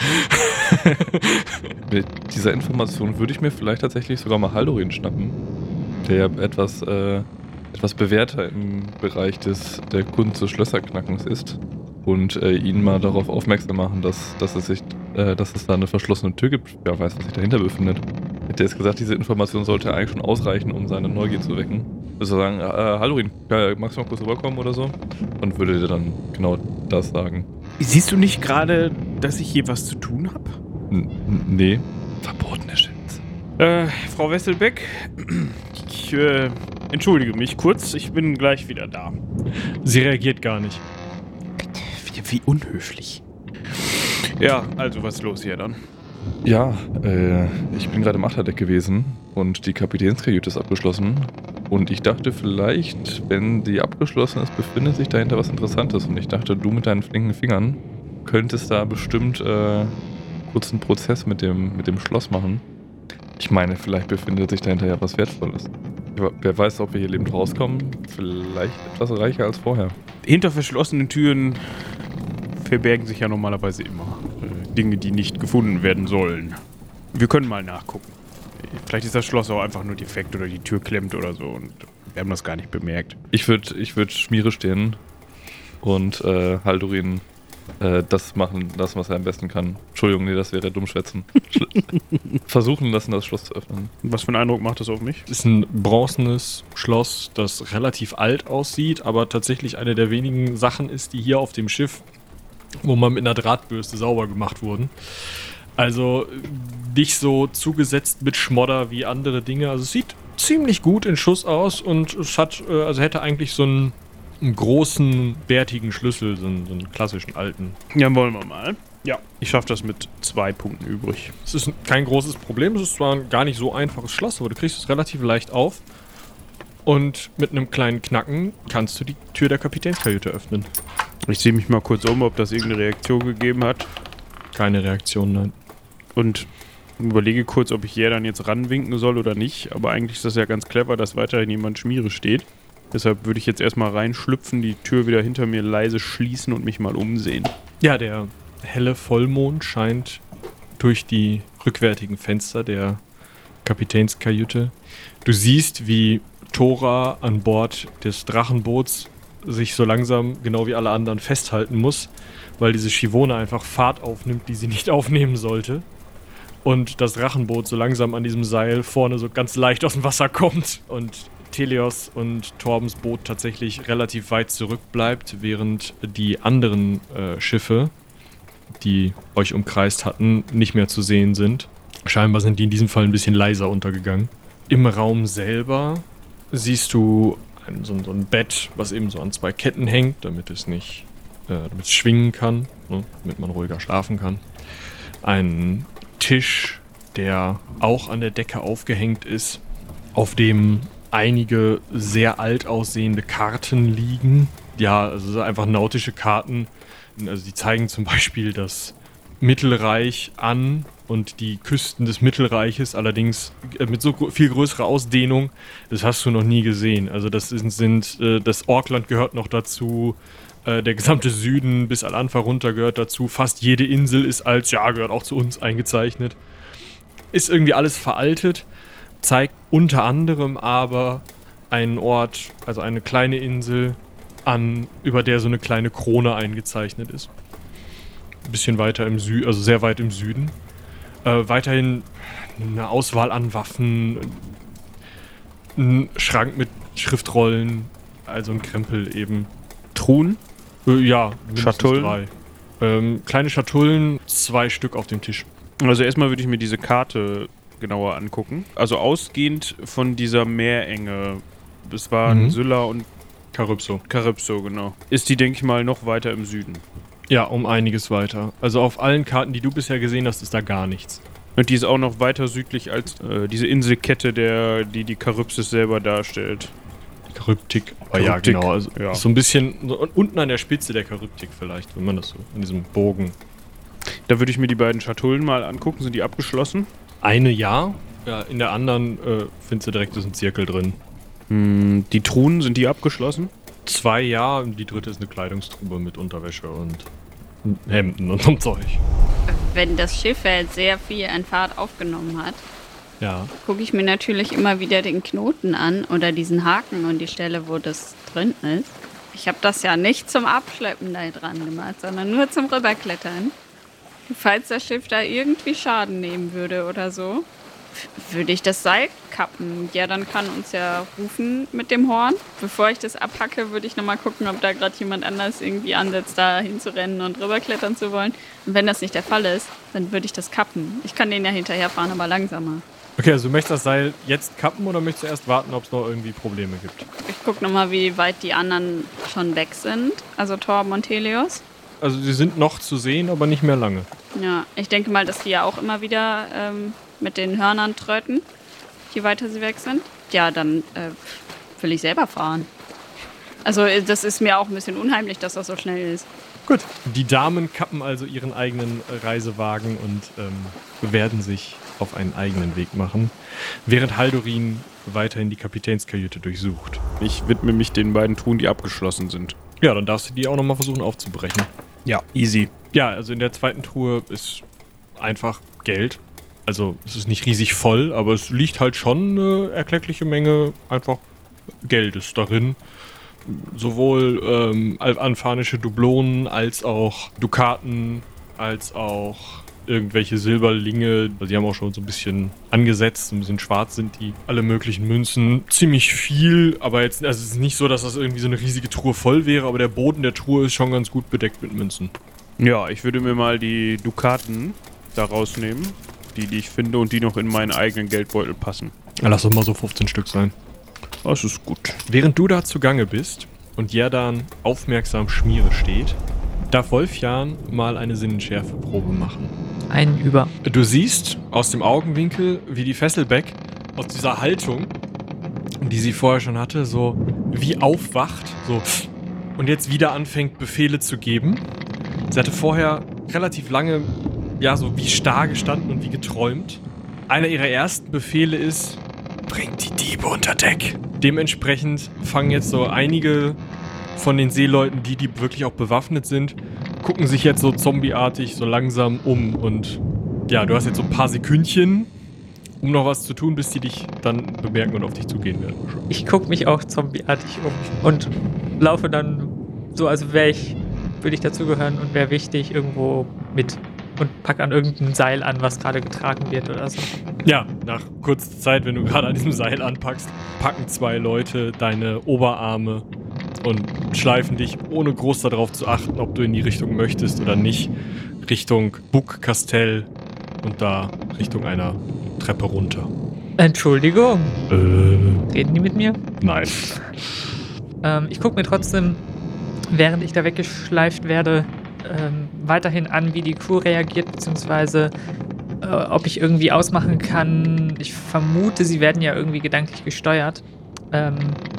Mit dieser Information würde ich mir vielleicht tatsächlich sogar mal Haldorin schnappen, der etwas, äh, etwas bewährter im Bereich des, der Kunst des Schlösserknackens ist und äh, ihn mal darauf aufmerksam machen, dass, dass, es sich, äh, dass es da eine verschlossene Tür gibt. Wer weiß, was sich dahinter befindet. Hätte jetzt gesagt, diese Information sollte eigentlich schon ausreichen, um seine Neugier zu wecken. Also sagen, äh, Haldorin, äh, magst du mal kurz rüberkommen oder so? Und würde dir dann genau das sagen. Siehst du nicht gerade, dass ich hier was zu tun habe? N nee. Verbotene Schätze. Äh, Frau Wesselbeck, ich äh, entschuldige mich kurz, ich bin gleich wieder da. Sie reagiert gar nicht. Wie, wie unhöflich. Ja, also was ist los hier dann? Ja, äh, ich bin gerade im Achterdeck gewesen und die Kapitänskajüte ist abgeschlossen. Und ich dachte vielleicht, wenn die abgeschlossen ist, befindet sich dahinter was Interessantes. Und ich dachte, du mit deinen flinken Fingern könntest da bestimmt äh, kurz einen Prozess mit dem, mit dem Schloss machen. Ich meine, vielleicht befindet sich dahinter ja was Wertvolles. Wer weiß, ob wir hier lebend rauskommen. Vielleicht etwas reicher als vorher. Hinter verschlossenen Türen verbergen sich ja normalerweise immer äh, Dinge, die nicht gefunden werden sollen. Wir können mal nachgucken. Vielleicht ist das Schloss auch einfach nur defekt oder die Tür klemmt oder so und wir haben das gar nicht bemerkt. Ich würde ich würd Schmiere stehen und äh, Haldurin äh, das machen lassen, was er am besten kann. Entschuldigung, nee, das wäre dummschwätzen. Versuchen lassen, das Schloss zu öffnen. Was für einen Eindruck macht das auf mich? Es ist ein bronzenes Schloss, das relativ alt aussieht, aber tatsächlich eine der wenigen Sachen ist, die hier auf dem Schiff, wo man mit einer Drahtbürste sauber gemacht wurden. Also nicht so zugesetzt mit Schmodder wie andere Dinge. Also es sieht ziemlich gut in Schuss aus und es hat, also hätte eigentlich so einen, einen großen, bärtigen Schlüssel, so einen, so einen klassischen alten. Ja, wollen wir mal. Ja, ich schaffe das mit zwei Punkten übrig. Es ist kein großes Problem, es ist zwar ein gar nicht so einfaches Schloss, aber du kriegst es relativ leicht auf. Und mit einem kleinen Knacken kannst du die Tür der Kapitänskajüte öffnen. Ich sehe mich mal kurz um, ob das irgendeine Reaktion gegeben hat. Keine Reaktion, nein. Und überlege kurz, ob ich hier dann jetzt ranwinken soll oder nicht. Aber eigentlich ist das ja ganz clever, dass weiterhin jemand Schmiere steht. Deshalb würde ich jetzt erstmal reinschlüpfen, die Tür wieder hinter mir leise schließen und mich mal umsehen. Ja, der helle Vollmond scheint durch die rückwärtigen Fenster der Kapitänskajüte. Du siehst, wie Thora an Bord des Drachenboots sich so langsam, genau wie alle anderen, festhalten muss, weil diese Schivone einfach Fahrt aufnimmt, die sie nicht aufnehmen sollte. Und das Drachenboot so langsam an diesem Seil vorne so ganz leicht aus dem Wasser kommt und Teleos und Torbens Boot tatsächlich relativ weit zurückbleibt, während die anderen äh, Schiffe, die euch umkreist hatten, nicht mehr zu sehen sind. Scheinbar sind die in diesem Fall ein bisschen leiser untergegangen. Im Raum selber siehst du ein, so, so ein Bett, was eben so an zwei Ketten hängt, damit es nicht, äh, damit es schwingen kann, ne, damit man ruhiger schlafen kann. Ein Tisch, der auch an der Decke aufgehängt ist, auf dem einige sehr alt aussehende Karten liegen. Ja, also einfach nautische Karten. Also die zeigen zum Beispiel das Mittelreich an und die Küsten des Mittelreiches, allerdings mit so viel größerer Ausdehnung, das hast du noch nie gesehen. Also das sind, sind das Orkland gehört noch dazu, der gesamte Süden bis Al-Anfa runter gehört dazu, fast jede Insel ist als, ja, gehört auch zu uns eingezeichnet. Ist irgendwie alles veraltet, zeigt unter anderem aber einen Ort, also eine kleine Insel an, über der so eine kleine Krone eingezeichnet ist. Ein bisschen weiter im Süden, also sehr weit im Süden. Äh, weiterhin eine Auswahl an Waffen, ein Schrank mit Schriftrollen, also ein Krempel eben. Truhen? Äh, ja, Schatullen? Drei. Ähm, kleine Schatullen, zwei Stück auf dem Tisch. Also erstmal würde ich mir diese Karte genauer angucken. Also ausgehend von dieser Meerenge, das waren Mhm. Sylla und Carypso. Carypso, genau. Ist die, denke ich mal, noch weiter im Süden. Ja, um einiges weiter. Also auf allen Karten, die du bisher gesehen hast, ist da gar nichts. Und die ist auch noch weiter südlich als äh, diese Inselkette, der, die die Charybdis selber darstellt. Charybdik. Aber ja, Charybdik, genau. Also ja. so ein bisschen so unten an der Spitze der Charybdik vielleicht, wenn man das so in diesem Bogen. Da würde ich mir die beiden Schatullen mal angucken. Sind die abgeschlossen? Eine ja, ja in der anderen äh, findest du direkt ist ein Zirkel drin. Hm, die Truhen, sind die abgeschlossen? Zwei ja, und die dritte ist eine Kleidungstrube mit Unterwäsche und Hemden und so Zeug. Wenn das Schiff halt sehr viel an Fahrt aufgenommen hat, Ja. gucke ich mir natürlich immer wieder den Knoten an oder diesen Haken und die Stelle, wo das drin ist. Ich habe das ja nicht zum Abschleppen da dran gemacht, sondern nur zum Rüberklettern. Falls das Schiff da irgendwie Schaden nehmen würde oder so, würde ich das Seil kappen. Ja, dann kann uns ja rufen mit dem Horn. Bevor ich das abhacke, würde ich nochmal gucken, ob da gerade jemand anders irgendwie ansetzt, da hinzurennen und rüberklettern zu wollen. Und wenn das nicht der Fall ist, dann würde ich das kappen. Ich kann den ja hinterherfahren, aber langsamer. Okay, also du möchtest das Seil jetzt kappen oder möchtest du erst warten, ob es noch irgendwie Probleme gibt? Ich gucke nochmal, wie weit die anderen schon weg sind. Also Torben und Helios. Also sie sind noch zu sehen, aber nicht mehr lange. Ja, ich denke mal, dass die ja auch immer wieder ähm, mit den Hörnern tröten, je weiter sie weg sind. Ja, dann äh, will ich selber fahren. Also das ist mir auch ein bisschen unheimlich, dass das so schnell ist. Gut. Die Damen kappen also ihren eigenen Reisewagen und ähm, werden sich auf einen eigenen Weg machen, während Haldurin weiterhin die Kapitänskajüte durchsucht. Ich widme mich den beiden Truhen, die abgeschlossen sind. Ja, dann darfst du die auch nochmal versuchen aufzubrechen. Ja, easy. Ja, also in der zweiten Truhe ist einfach Geld. Also es ist nicht riesig voll, aber es liegt halt schon eine erkleckliche Menge einfach Geldes darin. Sowohl ähm, alfanische Dublonen als auch Dukaten, als auch irgendwelche Silberlinge. Die haben auch schon so ein bisschen angesetzt, ein bisschen schwarz sind die. Alle möglichen Münzen. Ziemlich viel, aber jetzt, also es ist nicht so, dass das irgendwie so eine riesige Truhe voll wäre, aber der Boden der Truhe ist schon ganz gut bedeckt mit Münzen. Ja, ich würde mir mal die Dukaten da rausnehmen. Die, die ich finde und die noch in meinen eigenen Geldbeutel passen. Lass doch mal so fünfzehn Stück sein. Das ist gut. Während du da zugange bist und Jerdan aufmerksam Schmiere steht, darf Wolfjan mal eine Sinnenschärfeprobe machen. Einen über. Du siehst aus dem Augenwinkel, wie die Fesselbeck aus dieser Haltung, die sie vorher schon hatte, so wie aufwacht, so und jetzt wieder anfängt, Befehle zu geben. Sie hatte vorher relativ lange, ja, so wie starr gestanden und wie geträumt. Einer ihrer ersten Befehle ist, bringt die Diebe unter Deck. Dementsprechend fangen jetzt so einige von den Seeleuten, die, die wirklich auch bewaffnet sind, gucken sich jetzt so zombieartig so langsam um. Und ja, du hast jetzt so ein paar Sekündchen, um noch was zu tun, bis die dich dann bemerken und auf dich zugehen werden. Ich gucke mich auch zombieartig um und laufe dann so, als wäre ich, würde ich dazugehören und wäre wichtig irgendwo mit. Und pack an irgendein Seil an, was gerade getragen wird oder so. Ja, nach kurzer Zeit, wenn du gerade an diesem Seil anpackst, packen zwei Leute deine Oberarme und schleifen dich, ohne groß darauf zu achten, ob du in die Richtung möchtest oder nicht, Richtung Buck-Kastell und da Richtung einer Treppe runter. Entschuldigung. Äh. Reden die mit mir? Nein. Ähm, ich gucke mir trotzdem, während ich da weggeschleift werde, ähm, weiterhin an, wie die Crew reagiert, beziehungsweise äh, ob ich irgendwie ausmachen kann. Ich vermute, sie werden ja irgendwie gedanklich gesteuert. Ähm,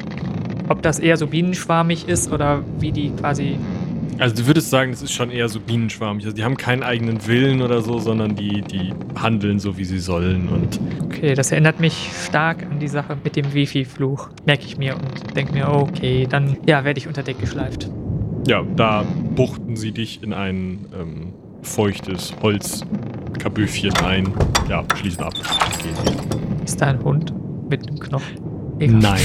ob das eher so bienenschwarmig ist oder wie die quasi... Also du würdest sagen, es ist schon eher so bienenschwarmig. Also die haben keinen eigenen Willen oder so, sondern die, die handeln so, wie sie sollen. Und okay, das erinnert mich stark an die Sache mit dem Wifi-Fluch. Merke ich mir und denke mir, okay, dann ja, werde ich unter Deck geschleift. Ja, da buchten sie dich in ein ähm, feuchtes Holzkabüffchen ein. Ja, schließen ab. Gehen. Ist da ein Hund mit einem Knochen? Egal. Nein.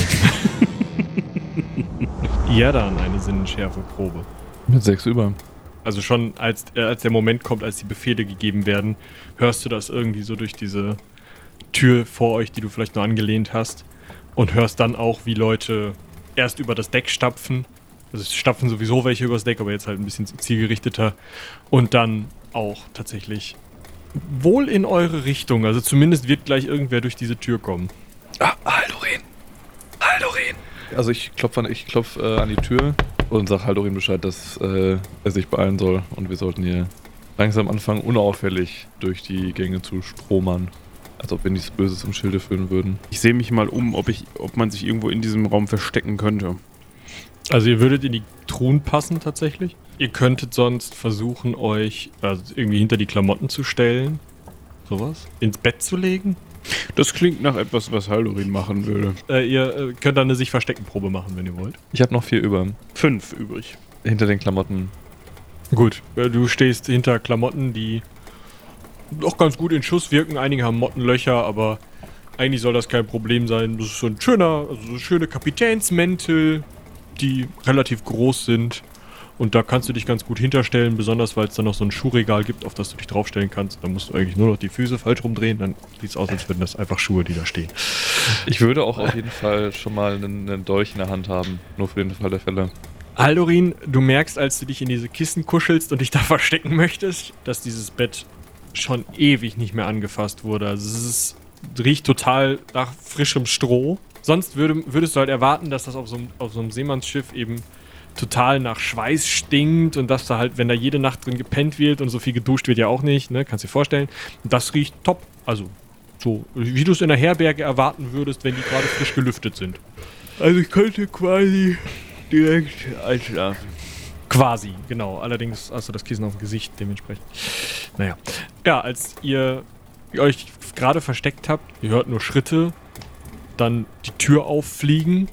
Ja, dann eine Sinnenschärfeprobe. Mit sechs über. Also schon als, äh, als der Moment kommt, als die Befehle gegeben werden, hörst du das irgendwie so durch diese Tür vor euch, die du vielleicht nur angelehnt hast. Und hörst dann auch, wie Leute erst über das Deck stapfen. Also es stapfen sowieso welche übers Deck, aber jetzt halt ein bisschen zielgerichteter. Und dann auch tatsächlich wohl in eure Richtung. Also zumindest wird gleich irgendwer durch diese Tür kommen. Ah, Haldorin. Haldorin. Also ich klopfe an, ich klopf, äh, an die Tür und sage Haldorin Bescheid, dass äh, er sich beeilen soll. Und wir sollten hier langsam anfangen, unauffällig durch die Gänge zu stromern. Als ob wir nichts Böses im Schilde führen würden. Ich sehe mich mal um, ob, ich, ob man sich irgendwo in diesem Raum verstecken könnte. Also ihr würdet in die Truhen passen tatsächlich. Ihr könntet sonst versuchen, euch also irgendwie hinter die Klamotten zu stellen. Sowas. Ins Bett zu legen. Das klingt nach etwas, was Haldorin machen würde. Äh, ihr äh, könnt dann eine Sich-Verstecken-Probe machen, wenn ihr wollt. Ich habe noch vier über. Fünf übrig. Hinter den Klamotten. Gut. Äh, du stehst hinter Klamotten, die doch ganz gut in Schuss wirken. Einige haben Mottenlöcher, aber eigentlich soll das kein Problem sein. Das ist so ein schöner, also so schöne Kapitänsmäntel, die relativ groß sind. Und da kannst du dich ganz gut hinterstellen, besonders weil es dann noch so ein Schuhregal gibt, auf das du dich draufstellen kannst. Da musst du eigentlich nur noch die Füße falsch rumdrehen, dann sieht es aus, als würden das einfach Schuhe, die da stehen. Ich würde auch auf jeden Fall schon mal einen, einen Dolch in der Hand haben, nur für den Fall der Fälle. Haldorin, du merkst, als du dich in diese Kissen kuschelst und dich da verstecken möchtest, dass dieses Bett schon ewig nicht mehr angefasst wurde. Also es ist, riecht total nach frischem Stroh. Sonst würde, würdest du halt erwarten, dass das auf so, einem, auf so einem Seemannsschiff eben total nach Schweiß stinkt und dass da halt, wenn da jede Nacht drin gepennt wird und so viel geduscht wird ja auch nicht, ne, kannst dir vorstellen. Das riecht top. Also so, wie du es in der Herberge erwarten würdest, wenn die gerade frisch gelüftet sind. Also ich könnte quasi direkt einschlafen. Quasi, genau. Allerdings hast du das Kissen auf dem Gesicht, dementsprechend. Naja. Ja, als ihr euch gerade versteckt habt, ihr hört nur Schritte, dann die Tür auffliegen.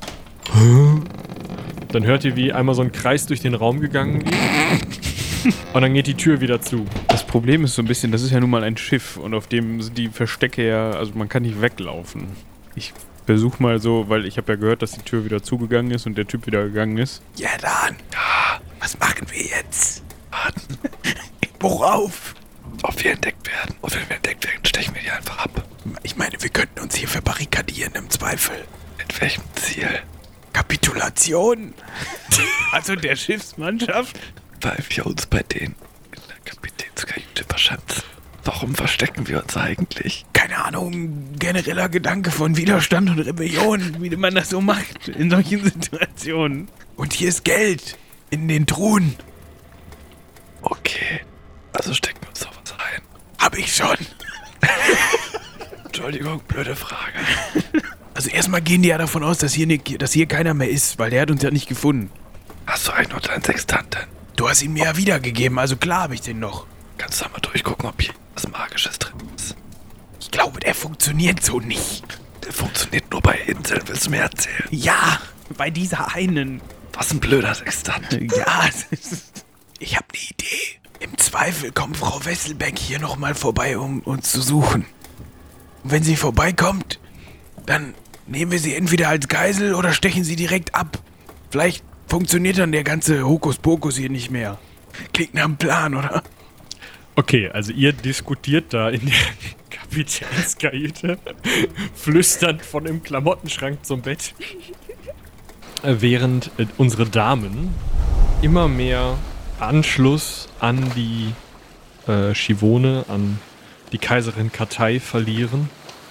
Dann hört ihr, wie einmal so ein Kreis durch den Raum gegangen wird. Und dann geht die Tür wieder zu. Das Problem ist so ein bisschen, das ist ja nun mal ein Schiff und auf dem sind die Verstecke ja, also man kann nicht weglaufen. Ich versuche mal so, weil ich habe ja gehört, dass die Tür wieder zugegangen ist und der Typ wieder gegangen ist. Ja dann, ja, was machen wir jetzt? Warten. Worauf? Ob wir entdeckt werden. Und wenn wir entdeckt werden, stechen wir die einfach ab. Ich meine, wir könnten uns hier verbarrikadieren im Zweifel. Mit welchem Ziel? Kapitulation. Also der Schiffsmannschaft? Weil wir uns bei denen in der Kapitänskajüte verschanzen. Warum verstecken wir uns eigentlich? Keine Ahnung, genereller Gedanke von Widerstand und Rebellion. Wie man das so macht in solchen Situationen. Und hier ist Geld. In den Truhen. Okay, also stecken wir uns doch was ein. Hab ich schon. Entschuldigung, blöde Frage. Also erstmal gehen die ja davon aus, dass hier, ne, dass hier keiner mehr ist, weil der hat uns ja nicht gefunden. Hast du einen oder einen Sextanten? Du hast ihn mir ja wiedergegeben, also klar habe ich den noch. Kannst du da mal durchgucken, ob hier was Magisches drin ist? Ich glaube, der funktioniert so nicht. Der funktioniert nur bei Inseln, willst du mir erzählen? Ja, bei dieser einen. Was ein blöder Sextant. Ja, ich habe eine Idee. Im Zweifel kommt Frau Wesselbeck hier nochmal vorbei, um uns zu suchen. Und wenn sie vorbeikommt, dann nehmen wir sie entweder als Geisel oder stechen sie direkt ab. Vielleicht funktioniert dann der ganze Hokuspokus hier nicht mehr. Klingt nach einem Plan, oder? Okay, also ihr diskutiert da in der Kapitänskajüte, flüsternd von dem Klamottenschrank zum Bett, während äh, unsere Damen immer mehr Anschluss an die äh, Schivone, an die Kaiserin Katai verlieren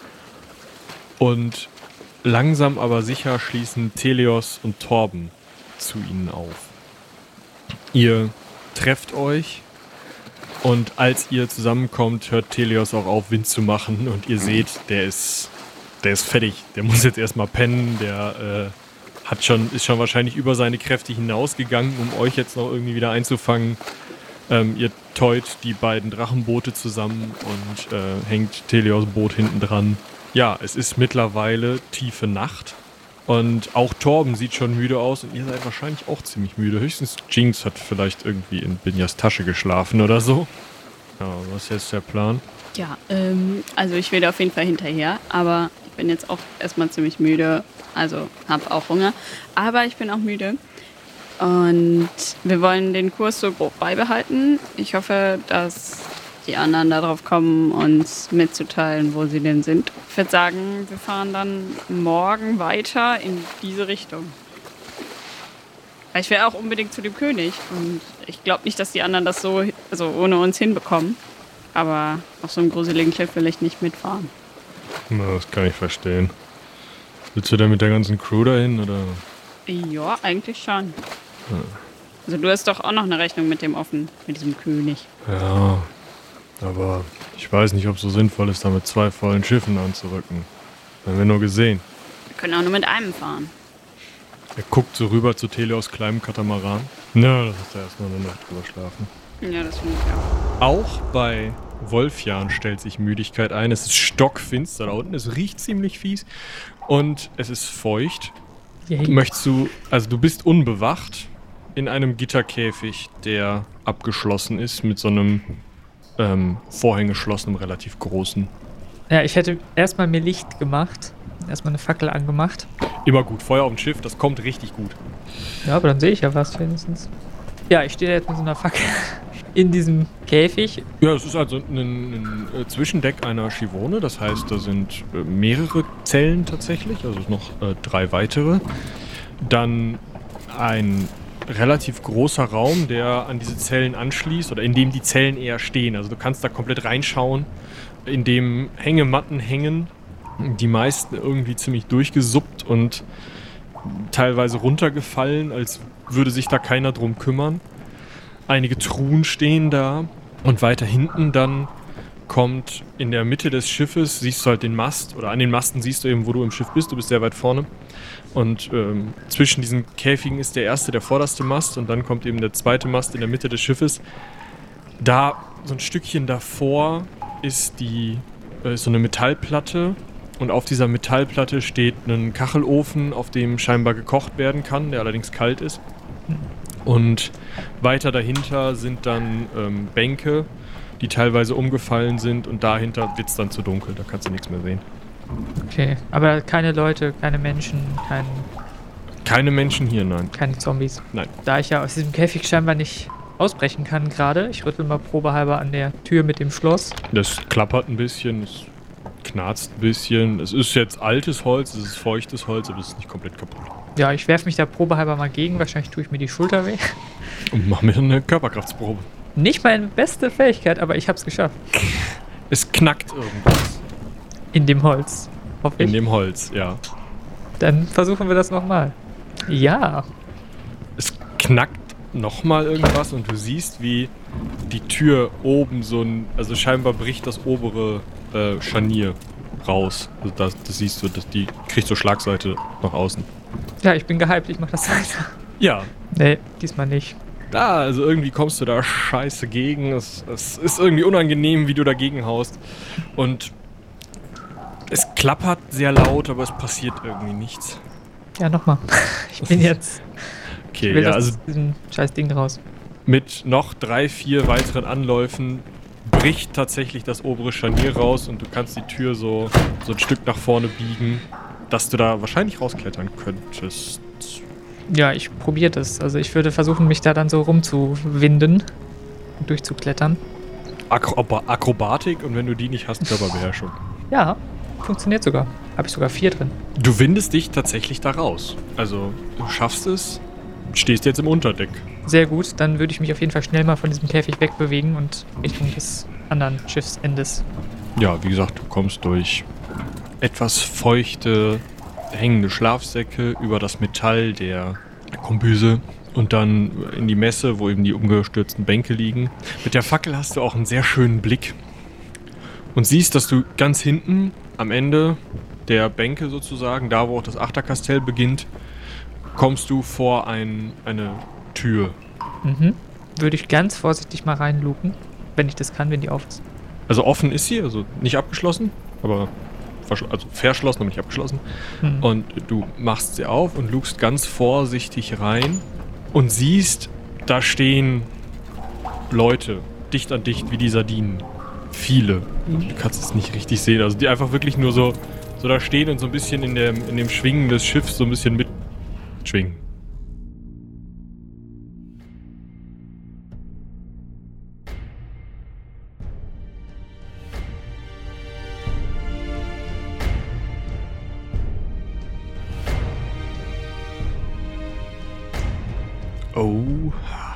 und langsam aber sicher schließen Teleos und Torben zu ihnen auf. Ihr trefft euch und als ihr zusammenkommt, hört Teleos auch auf, Wind zu machen und ihr seht, der ist, der ist fertig. Der muss jetzt erstmal pennen, der äh, hat schon, ist schon wahrscheinlich über seine Kräfte hinausgegangen, um euch jetzt noch irgendwie wieder einzufangen. Ähm, ihr teut die beiden Drachenboote zusammen und äh, hängt Teleos Boot hinten dran. Ja, es ist mittlerweile tiefe Nacht und auch Torben sieht schon müde aus und ihr seid wahrscheinlich auch ziemlich müde. Höchstens Jinx hat vielleicht irgendwie in Binjas Tasche geschlafen oder so. Ja, was ist jetzt der Plan? Ja, ähm, also ich will da auf jeden Fall hinterher, aber ich bin jetzt auch erstmal ziemlich müde, also habe auch Hunger, aber ich bin auch müde. Und wir wollen den Kurs so grob beibehalten. Ich hoffe, dass die anderen darauf kommen, uns mitzuteilen, wo sie denn sind. Ich würde sagen, wir fahren dann morgen weiter in diese Richtung. Weil ich will auch unbedingt zu dem König. Und ich glaube nicht, dass die anderen das so, also ohne uns hinbekommen. Aber auf so einem gruseligen Cliff will ich nicht mitfahren. Na, das kann ich verstehen. Willst du denn mit der ganzen Crew dahin, oder? Ja, eigentlich schon. Hm. Also du hast doch auch noch eine Rechnung mit dem offen, mit diesem König. Ja, aber ich weiß nicht, ob es so sinnvoll ist, da mit zwei vollen Schiffen anzurücken. Haben wir nur gesehen. Wir können auch nur mit einem fahren. Er guckt so rüber zu Teleos kleinem Katamaran. Na, das ist ja erstmal eine Nacht drüber schlafen. Ja, das finde ich auch. Auch bei Wolfjan stellt sich Müdigkeit ein. Es ist stockfinster da unten. Es riecht ziemlich fies. Und es ist feucht. Yay. Möchtest du, also du bist unbewacht in einem Gitterkäfig, der abgeschlossen ist mit so einem ähm, vorhängeschlossenen, relativ großen. Ja, ich hätte erstmal mir Licht gemacht. Erstmal eine Fackel angemacht. Immer gut. Feuer auf dem Schiff, das kommt richtig gut. Ja, aber dann sehe ich ja was wenigstens. Ja, ich stehe jetzt mit so einer Fackel in diesem Käfig. Ja, es ist also ein, ein, ein Zwischendeck einer Schivone. Das heißt, da sind äh, mehrere Zellen tatsächlich. Also noch äh, drei weitere. Dann ein relativ großer Raum, der an diese Zellen anschließt oder in dem die Zellen eher stehen. Also du kannst da komplett reinschauen, in dem Hängematten hängen. Die meisten irgendwie ziemlich durchgesuppt und teilweise runtergefallen, als würde sich da keiner drum kümmern. Einige Truhen stehen da und weiter hinten dann kommt in der Mitte des Schiffes, siehst du halt den Mast oder an den Masten siehst du eben, wo du im Schiff bist, du bist sehr weit vorne. Und ähm, zwischen diesen Käfigen ist der erste, der vorderste Mast und dann kommt eben der zweite Mast in der Mitte des Schiffes. Da, so ein Stückchen davor, ist die äh, so eine Metallplatte. Und auf dieser Metallplatte steht ein Kachelofen, auf dem scheinbar gekocht werden kann, der allerdings kalt ist. Und weiter dahinter sind dann ähm, Bänke, die teilweise umgefallen sind und dahinter wird es dann zu dunkel, da kannst du nichts mehr sehen. Okay, aber keine Leute, keine Menschen, kein, Keine Menschen hier, nein. keine Zombies. Nein. Da ich ja aus diesem Käfig scheinbar nicht ausbrechen kann gerade, ich rüttel mal probehalber an der Tür mit dem Schloss. Das klappert ein bisschen, es knarzt ein bisschen. Es ist jetzt altes Holz, es ist feuchtes Holz, aber es ist nicht komplett kaputt. Ja, ich werfe mich da probehalber mal gegen, wahrscheinlich tue ich mir die Schulter weh. Und mach mir eine Körperkraftsprobe. Nicht meine beste Fähigkeit, aber ich hab's geschafft. Es knackt irgendwas. In dem Holz, hoffe ich. In dem Holz, ja. Dann versuchen wir das nochmal. Ja. Es knackt nochmal irgendwas und du siehst, wie die Tür oben so ein, also scheinbar bricht das obere äh, Scharnier raus. Also das, das siehst du, dass die kriegt so Schlagseite nach außen. Ja, ich bin gehypt, ich mach das weiter. Ja. Nee, diesmal nicht. Da, also irgendwie kommst du da scheiße gegen. Es, es ist irgendwie unangenehm, wie du dagegen haust. Und es klappert sehr laut, aber es passiert irgendwie nichts. Ja, nochmal. Ich bin jetzt... Okay, ich will ja, aus also diesem scheiß Ding raus. mit noch drei, vier weiteren Anläufen bricht tatsächlich das obere Scharnier raus und du kannst die Tür so, so ein Stück nach vorne biegen, dass du da wahrscheinlich rausklettern könntest. Ja, ich probiere das. Also ich würde versuchen, mich da dann so rumzuwinden und durchzuklettern. Akro Akrobatik und wenn du die nicht hast, Körperbeherrschung. Ja, funktioniert sogar. Habe ich sogar vier drin. Du windest dich tatsächlich da raus. Also du schaffst es, stehst jetzt im Unterdeck. Sehr gut, dann würde ich mich auf jeden Fall schnell mal von diesem Käfig wegbewegen und Richtung des anderen Schiffsendes. Ja, wie gesagt, du kommst durch etwas feuchte, hängende Schlafsäcke über das Metall der Kombüse und dann in die Messe, wo eben die umgestürzten Bänke liegen. Mit der Fackel hast du auch einen sehr schönen Blick und siehst, dass du ganz hinten am Ende der Bänke sozusagen, da wo auch das Achterkastell beginnt, kommst du vor ein, eine Tür. Mhm. Würde ich ganz vorsichtig mal reinluken, wenn ich das kann, wenn die auf ist. Also offen ist sie, also nicht abgeschlossen, aber verschl- also verschlossen, aber nicht abgeschlossen. Mhm. Und du machst sie auf und lugst ganz vorsichtig rein und siehst, da stehen Leute, dicht an dicht wie die Sardinen. Viele. Mhm. Du kannst es nicht richtig sehen, also die einfach wirklich nur so, so da stehen und so ein bisschen in dem, in dem Schwingen des Schiffs so ein bisschen mitschwingen. Oh,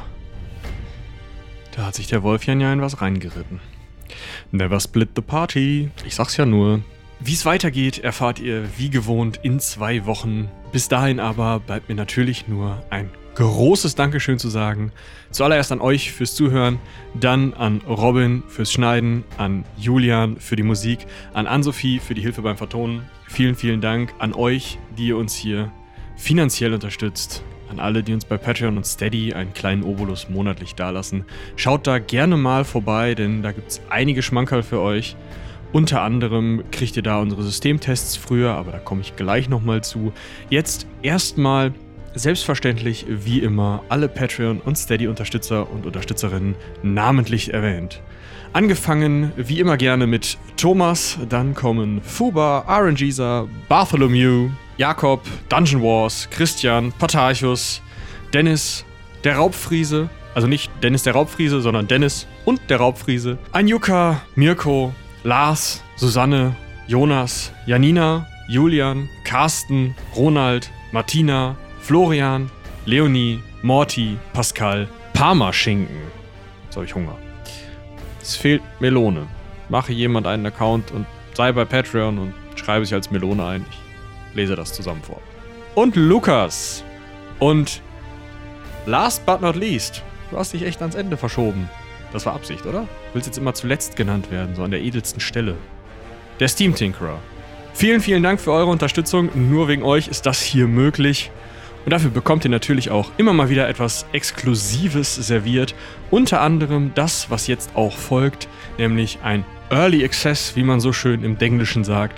da hat sich der Wolfjan ja in was reingeritten. Never split the party. Ich sag's ja nur. Wie es weitergeht, erfahrt ihr wie gewohnt in zwei Wochen. Bis dahin aber bleibt mir natürlich nur ein großes Dankeschön zu sagen. Zuallererst an euch fürs Zuhören, dann an Robin fürs Schneiden, an Julian für die Musik, an Ann-Sophie für die Hilfe beim Vertonen. Vielen, vielen Dank an euch, die ihr uns hier finanziell unterstützt. An alle, die uns bei Patreon und Steady einen kleinen Obolus monatlich dalassen. Schaut da gerne mal vorbei, denn da gibt es einige Schmankerl für euch. Unter anderem kriegt ihr da unsere Systemtests früher, aber da komme ich gleich nochmal zu. Jetzt erstmal selbstverständlich wie immer alle Patreon- und Steady-Unterstützer und Unterstützerinnen namentlich erwähnt. Angefangen wie immer gerne mit Thomas, dann kommen Fuba, R N Gisa, Bartholomew, Jakob, Dungeon Wars, Christian, Patarchus, Dennis, der Raubfriese, also nicht Dennis der Raubfriese, sondern Dennis und der Raubfriese, Anjuka, Mirko, Lars, Susanne, Jonas, Janina, Julian, Carsten, Ronald, Martina, Florian, Leonie, Morty, Pascal, Parmaschinken. Jetzt habe ich Hunger. Es fehlt Melone. Mache jemand einen Account und sei bei Patreon und schreibe sich als Melone ein. Ich lese das zusammen vor. Und Lukas. Und last but not least, du hast dich echt ans Ende verschoben. Das war Absicht, oder? Du willst jetzt immer zuletzt genannt werden, so an der edelsten Stelle. Der Steam Tinkerer. Vielen, vielen Dank für eure Unterstützung. Nur wegen euch ist das hier möglich. Und dafür bekommt ihr natürlich auch immer mal wieder etwas Exklusives serviert. Unter anderem das, was jetzt auch folgt, nämlich ein Early Access, wie man so schön im Denglischen sagt,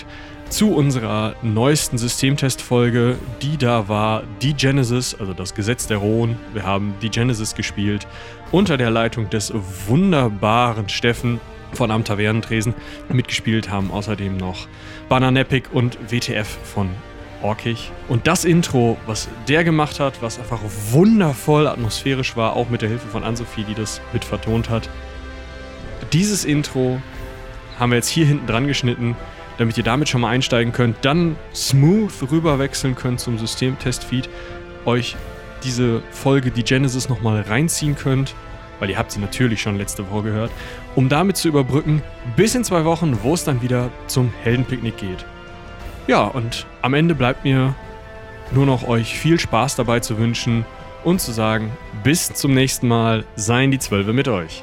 zu unserer neuesten Systemtestfolge, die da war die Genesis, also das Gesetz der Rohen. Wir haben die Genesis gespielt unter der Leitung des wunderbaren Steffen von Am Tavernentresen. Mitgespielt haben außerdem noch Bananepic und W T F von Orkig. Und das Intro, was der gemacht hat, was einfach wundervoll atmosphärisch war, auch mit der Hilfe von Ann-Sophie, die das mit vertont hat. Dieses Intro haben wir jetzt hier hinten dran geschnitten, damit ihr damit schon mal einsteigen könnt, dann smooth rüber wechseln könnt zum Systemtest-Feed, euch diese Folge, die Genesis, nochmal reinziehen könnt, weil ihr habt sie natürlich schon letzte Woche gehört, um damit zu überbrücken, bis in zwei Wochen, wo es dann wieder zum Heldenpicknick geht. Ja, und am Ende bleibt mir nur noch euch viel Spaß dabei zu wünschen und zu sagen, bis zum nächsten Mal, seien die Zwölfe mit euch.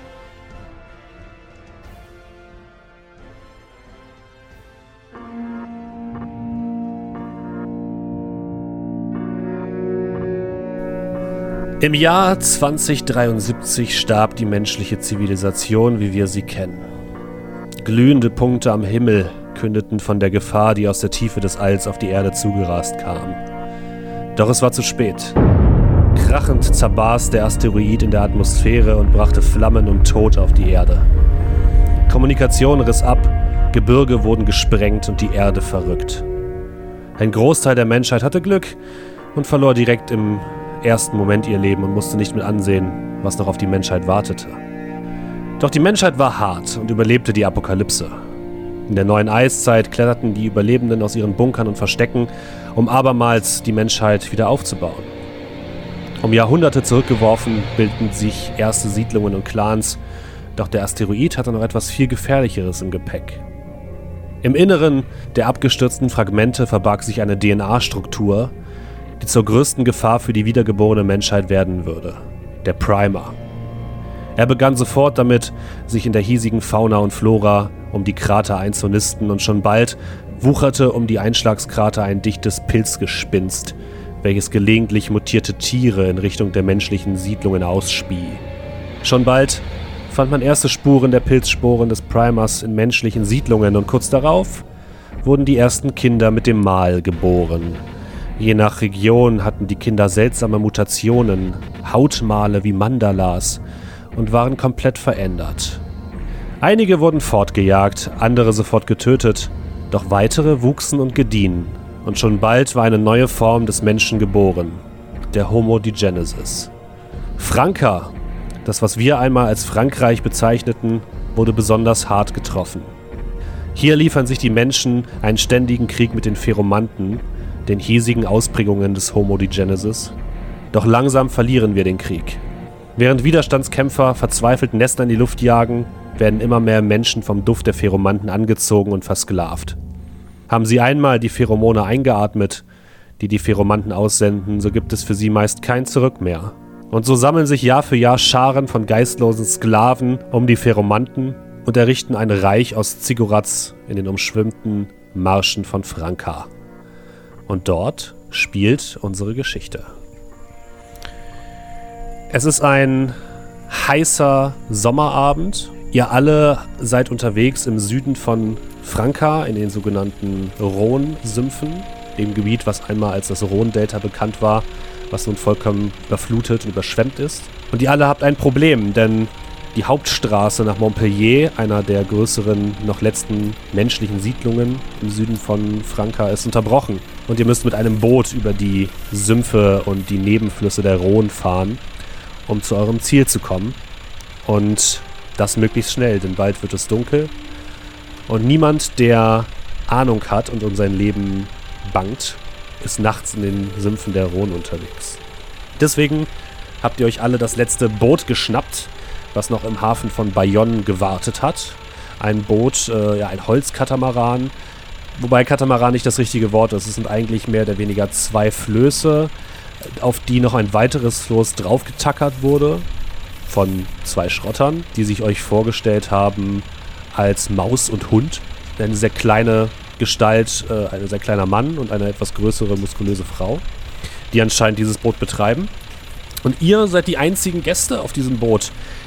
Im Jahr zweitausenddreiundsiebzig starb die menschliche Zivilisation, wie wir sie kennen. Glühende Punkte am Himmel kündeten von der Gefahr, die aus der Tiefe des Alls auf die Erde zugerast kam. Doch es war zu spät. Krachend zerbarst der Asteroid in der Atmosphäre und brachte Flammen und Tod auf die Erde. Kommunikation riss ab, Gebirge wurden gesprengt und die Erde verrückt. Ein Großteil der Menschheit hatte Glück und verlor direkt im ersten Moment ihr Leben und musste nicht mit ansehen, was noch auf die Menschheit wartete. Doch die Menschheit war hart und überlebte die Apokalypse. In der neuen Eiszeit kletterten die Überlebenden aus ihren Bunkern und Verstecken, um abermals die Menschheit wieder aufzubauen. Um Jahrhunderte zurückgeworfen bildeten sich erste Siedlungen und Clans, doch der Asteroid hatte noch etwas viel Gefährlicheres im Gepäck. Im Inneren der abgestürzten Fragmente verbarg sich eine D N A-Struktur, die zur größten Gefahr für die wiedergeborene Menschheit werden würde: der Primer. Er begann sofort damit, sich in der hiesigen Fauna und Flora um die Krater einzunisten, und schon bald wucherte um die Einschlagskrater ein dichtes Pilzgespinst, welches gelegentlich mutierte Tiere in Richtung der menschlichen Siedlungen ausspie. Schon bald fand man erste Spuren der Pilzsporen des Primers in menschlichen Siedlungen, und kurz darauf wurden die ersten Kinder mit dem Mal geboren. Je nach Region hatten die Kinder seltsame Mutationen, Hautmale wie Mandalas, und waren komplett verändert. Einige wurden fortgejagt, andere sofort getötet, doch weitere wuchsen und gediehen, und schon bald war eine neue Form des Menschen geboren, der Homo digenesis. Franka, das was wir einmal als Frankreich bezeichneten, wurde besonders hart getroffen. Hier liefern sich die Menschen einen ständigen Krieg mit den Pheromanten, den hiesigen Ausprägungen des Homo digenesis. Doch langsam verlieren wir den Krieg. Während Widerstandskämpfer verzweifelt Nester in die Luft jagen, werden immer mehr Menschen vom Duft der Pheromanten angezogen und versklavt. Haben sie einmal die Pheromone eingeatmet, die die Pheromanten aussenden, so gibt es für sie meist kein Zurück mehr. Und so sammeln sich Jahr für Jahr Scharen von geistlosen Sklaven um die Pheromanten und errichten ein Reich aus Ziggurats in den umschwimmten Marschen von Franka. Und dort spielt unsere Geschichte. Es ist ein heißer Sommerabend. Ihr alle seid unterwegs im Süden von Franka, in den sogenannten Rhône-Sümpfen, dem Gebiet, was einmal als das Rhône-Delta bekannt war, was nun vollkommen überflutet und überschwemmt ist. Und ihr alle habt ein Problem, denn die Hauptstraße nach Montpellier, einer der größeren, noch letzten menschlichen Siedlungen im Süden von Franka, ist unterbrochen. Und ihr müsst mit einem Boot über die Sümpfe und die Nebenflüsse der Rhône fahren, um zu eurem Ziel zu kommen. Und das möglichst schnell, denn bald wird es dunkel. Und niemand, der Ahnung hat und um sein Leben bangt, ist nachts in den Sümpfen der Rhône unterwegs. Deswegen habt ihr euch alle das letzte Boot geschnappt, was noch im Hafen von Bayonne gewartet hat. Ein Boot, äh, ja, ein Holzkatamaran, wobei Katamaran nicht das richtige Wort ist. Es sind eigentlich mehr oder weniger zwei Flöße, auf die noch ein weiteres Floß draufgetackert wurde von zwei Schrottern, die sich euch vorgestellt haben als Maus und Hund. Eine sehr kleine Gestalt, äh, ein sehr kleiner Mann und eine etwas größere, muskulöse Frau, die anscheinend dieses Boot betreiben. Und ihr seid die einzigen Gäste auf diesem Boot,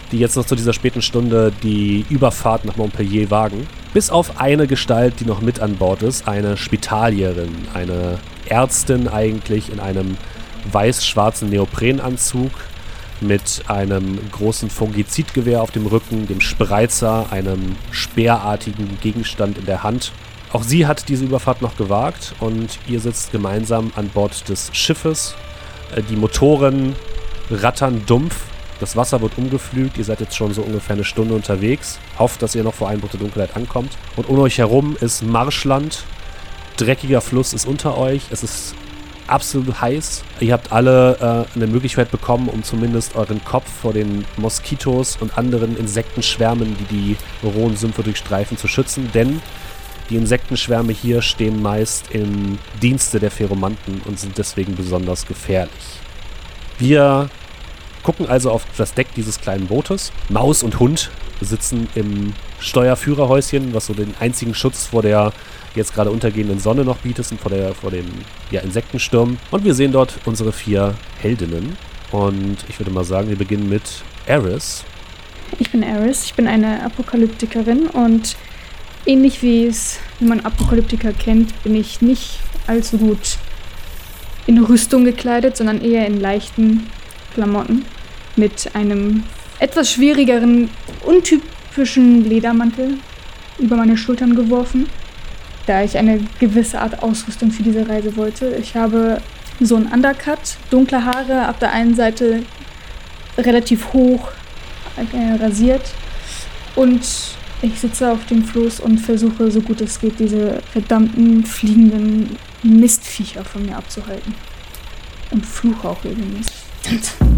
die jetzt noch zu dieser späten Stunde die Überfahrt nach Montpellier wagen. Bis auf eine Gestalt, die noch mit an Bord ist, eine Spitalierin, eine Ärztin eigentlich in einem weiß-schwarzen Neoprenanzug mit einem großen Fungizidgewehr auf dem Rücken, dem Spreizer, einem speerartigen Gegenstand in der Hand. Auch sie hat diese Überfahrt noch gewagt und ihr sitzt gemeinsam an Bord des Schiffes. Die Motoren rattern dumpf, das Wasser wird umgepflügt, ihr seid jetzt schon so ungefähr eine Stunde unterwegs. Hofft, dass ihr noch vor Einbruch der Dunkelheit ankommt. Und um euch herum ist Marschland, dreckiger Fluss ist unter euch, es ist absolut heiß. Ihr habt alle äh, eine Möglichkeit bekommen, um zumindest euren Kopf vor den Moskitos und anderen Insektenschwärmen, die die rohen Sümpfe durchstreifen, zu schützen, denn die Insektenschwärme hier stehen meist im Dienste der Pheromanten und sind deswegen besonders gefährlich. Wir gucken also auf das Deck dieses kleinen Bootes. Maus und Hund sitzen im Steuerführerhäuschen, was so den einzigen Schutz vor der jetzt gerade untergehenden Sonne noch bietet und vor, der, vor den ja, Insektensturm. Und wir sehen dort unsere vier Heldinnen. Und ich würde mal sagen, wir beginnen mit Eris. Ich bin Eris, ich bin eine Apokalyptikerin und ähnlich wie es, wie man Apokalyptiker kennt, bin ich nicht allzu gut in Rüstung gekleidet, sondern eher in leichten Klamotten mit einem etwas schwierigeren, untypischen Ledermantel über meine Schultern geworfen, da ich eine gewisse Art Ausrüstung für diese Reise wollte. Ich habe so einen Undercut, dunkle Haare, auf der einen Seite relativ hoch äh, rasiert und ich sitze auf dem Floß und versuche, so gut es geht, diese verdammten fliegenden Mistviecher von mir abzuhalten. Und fluche auch regelmäßig.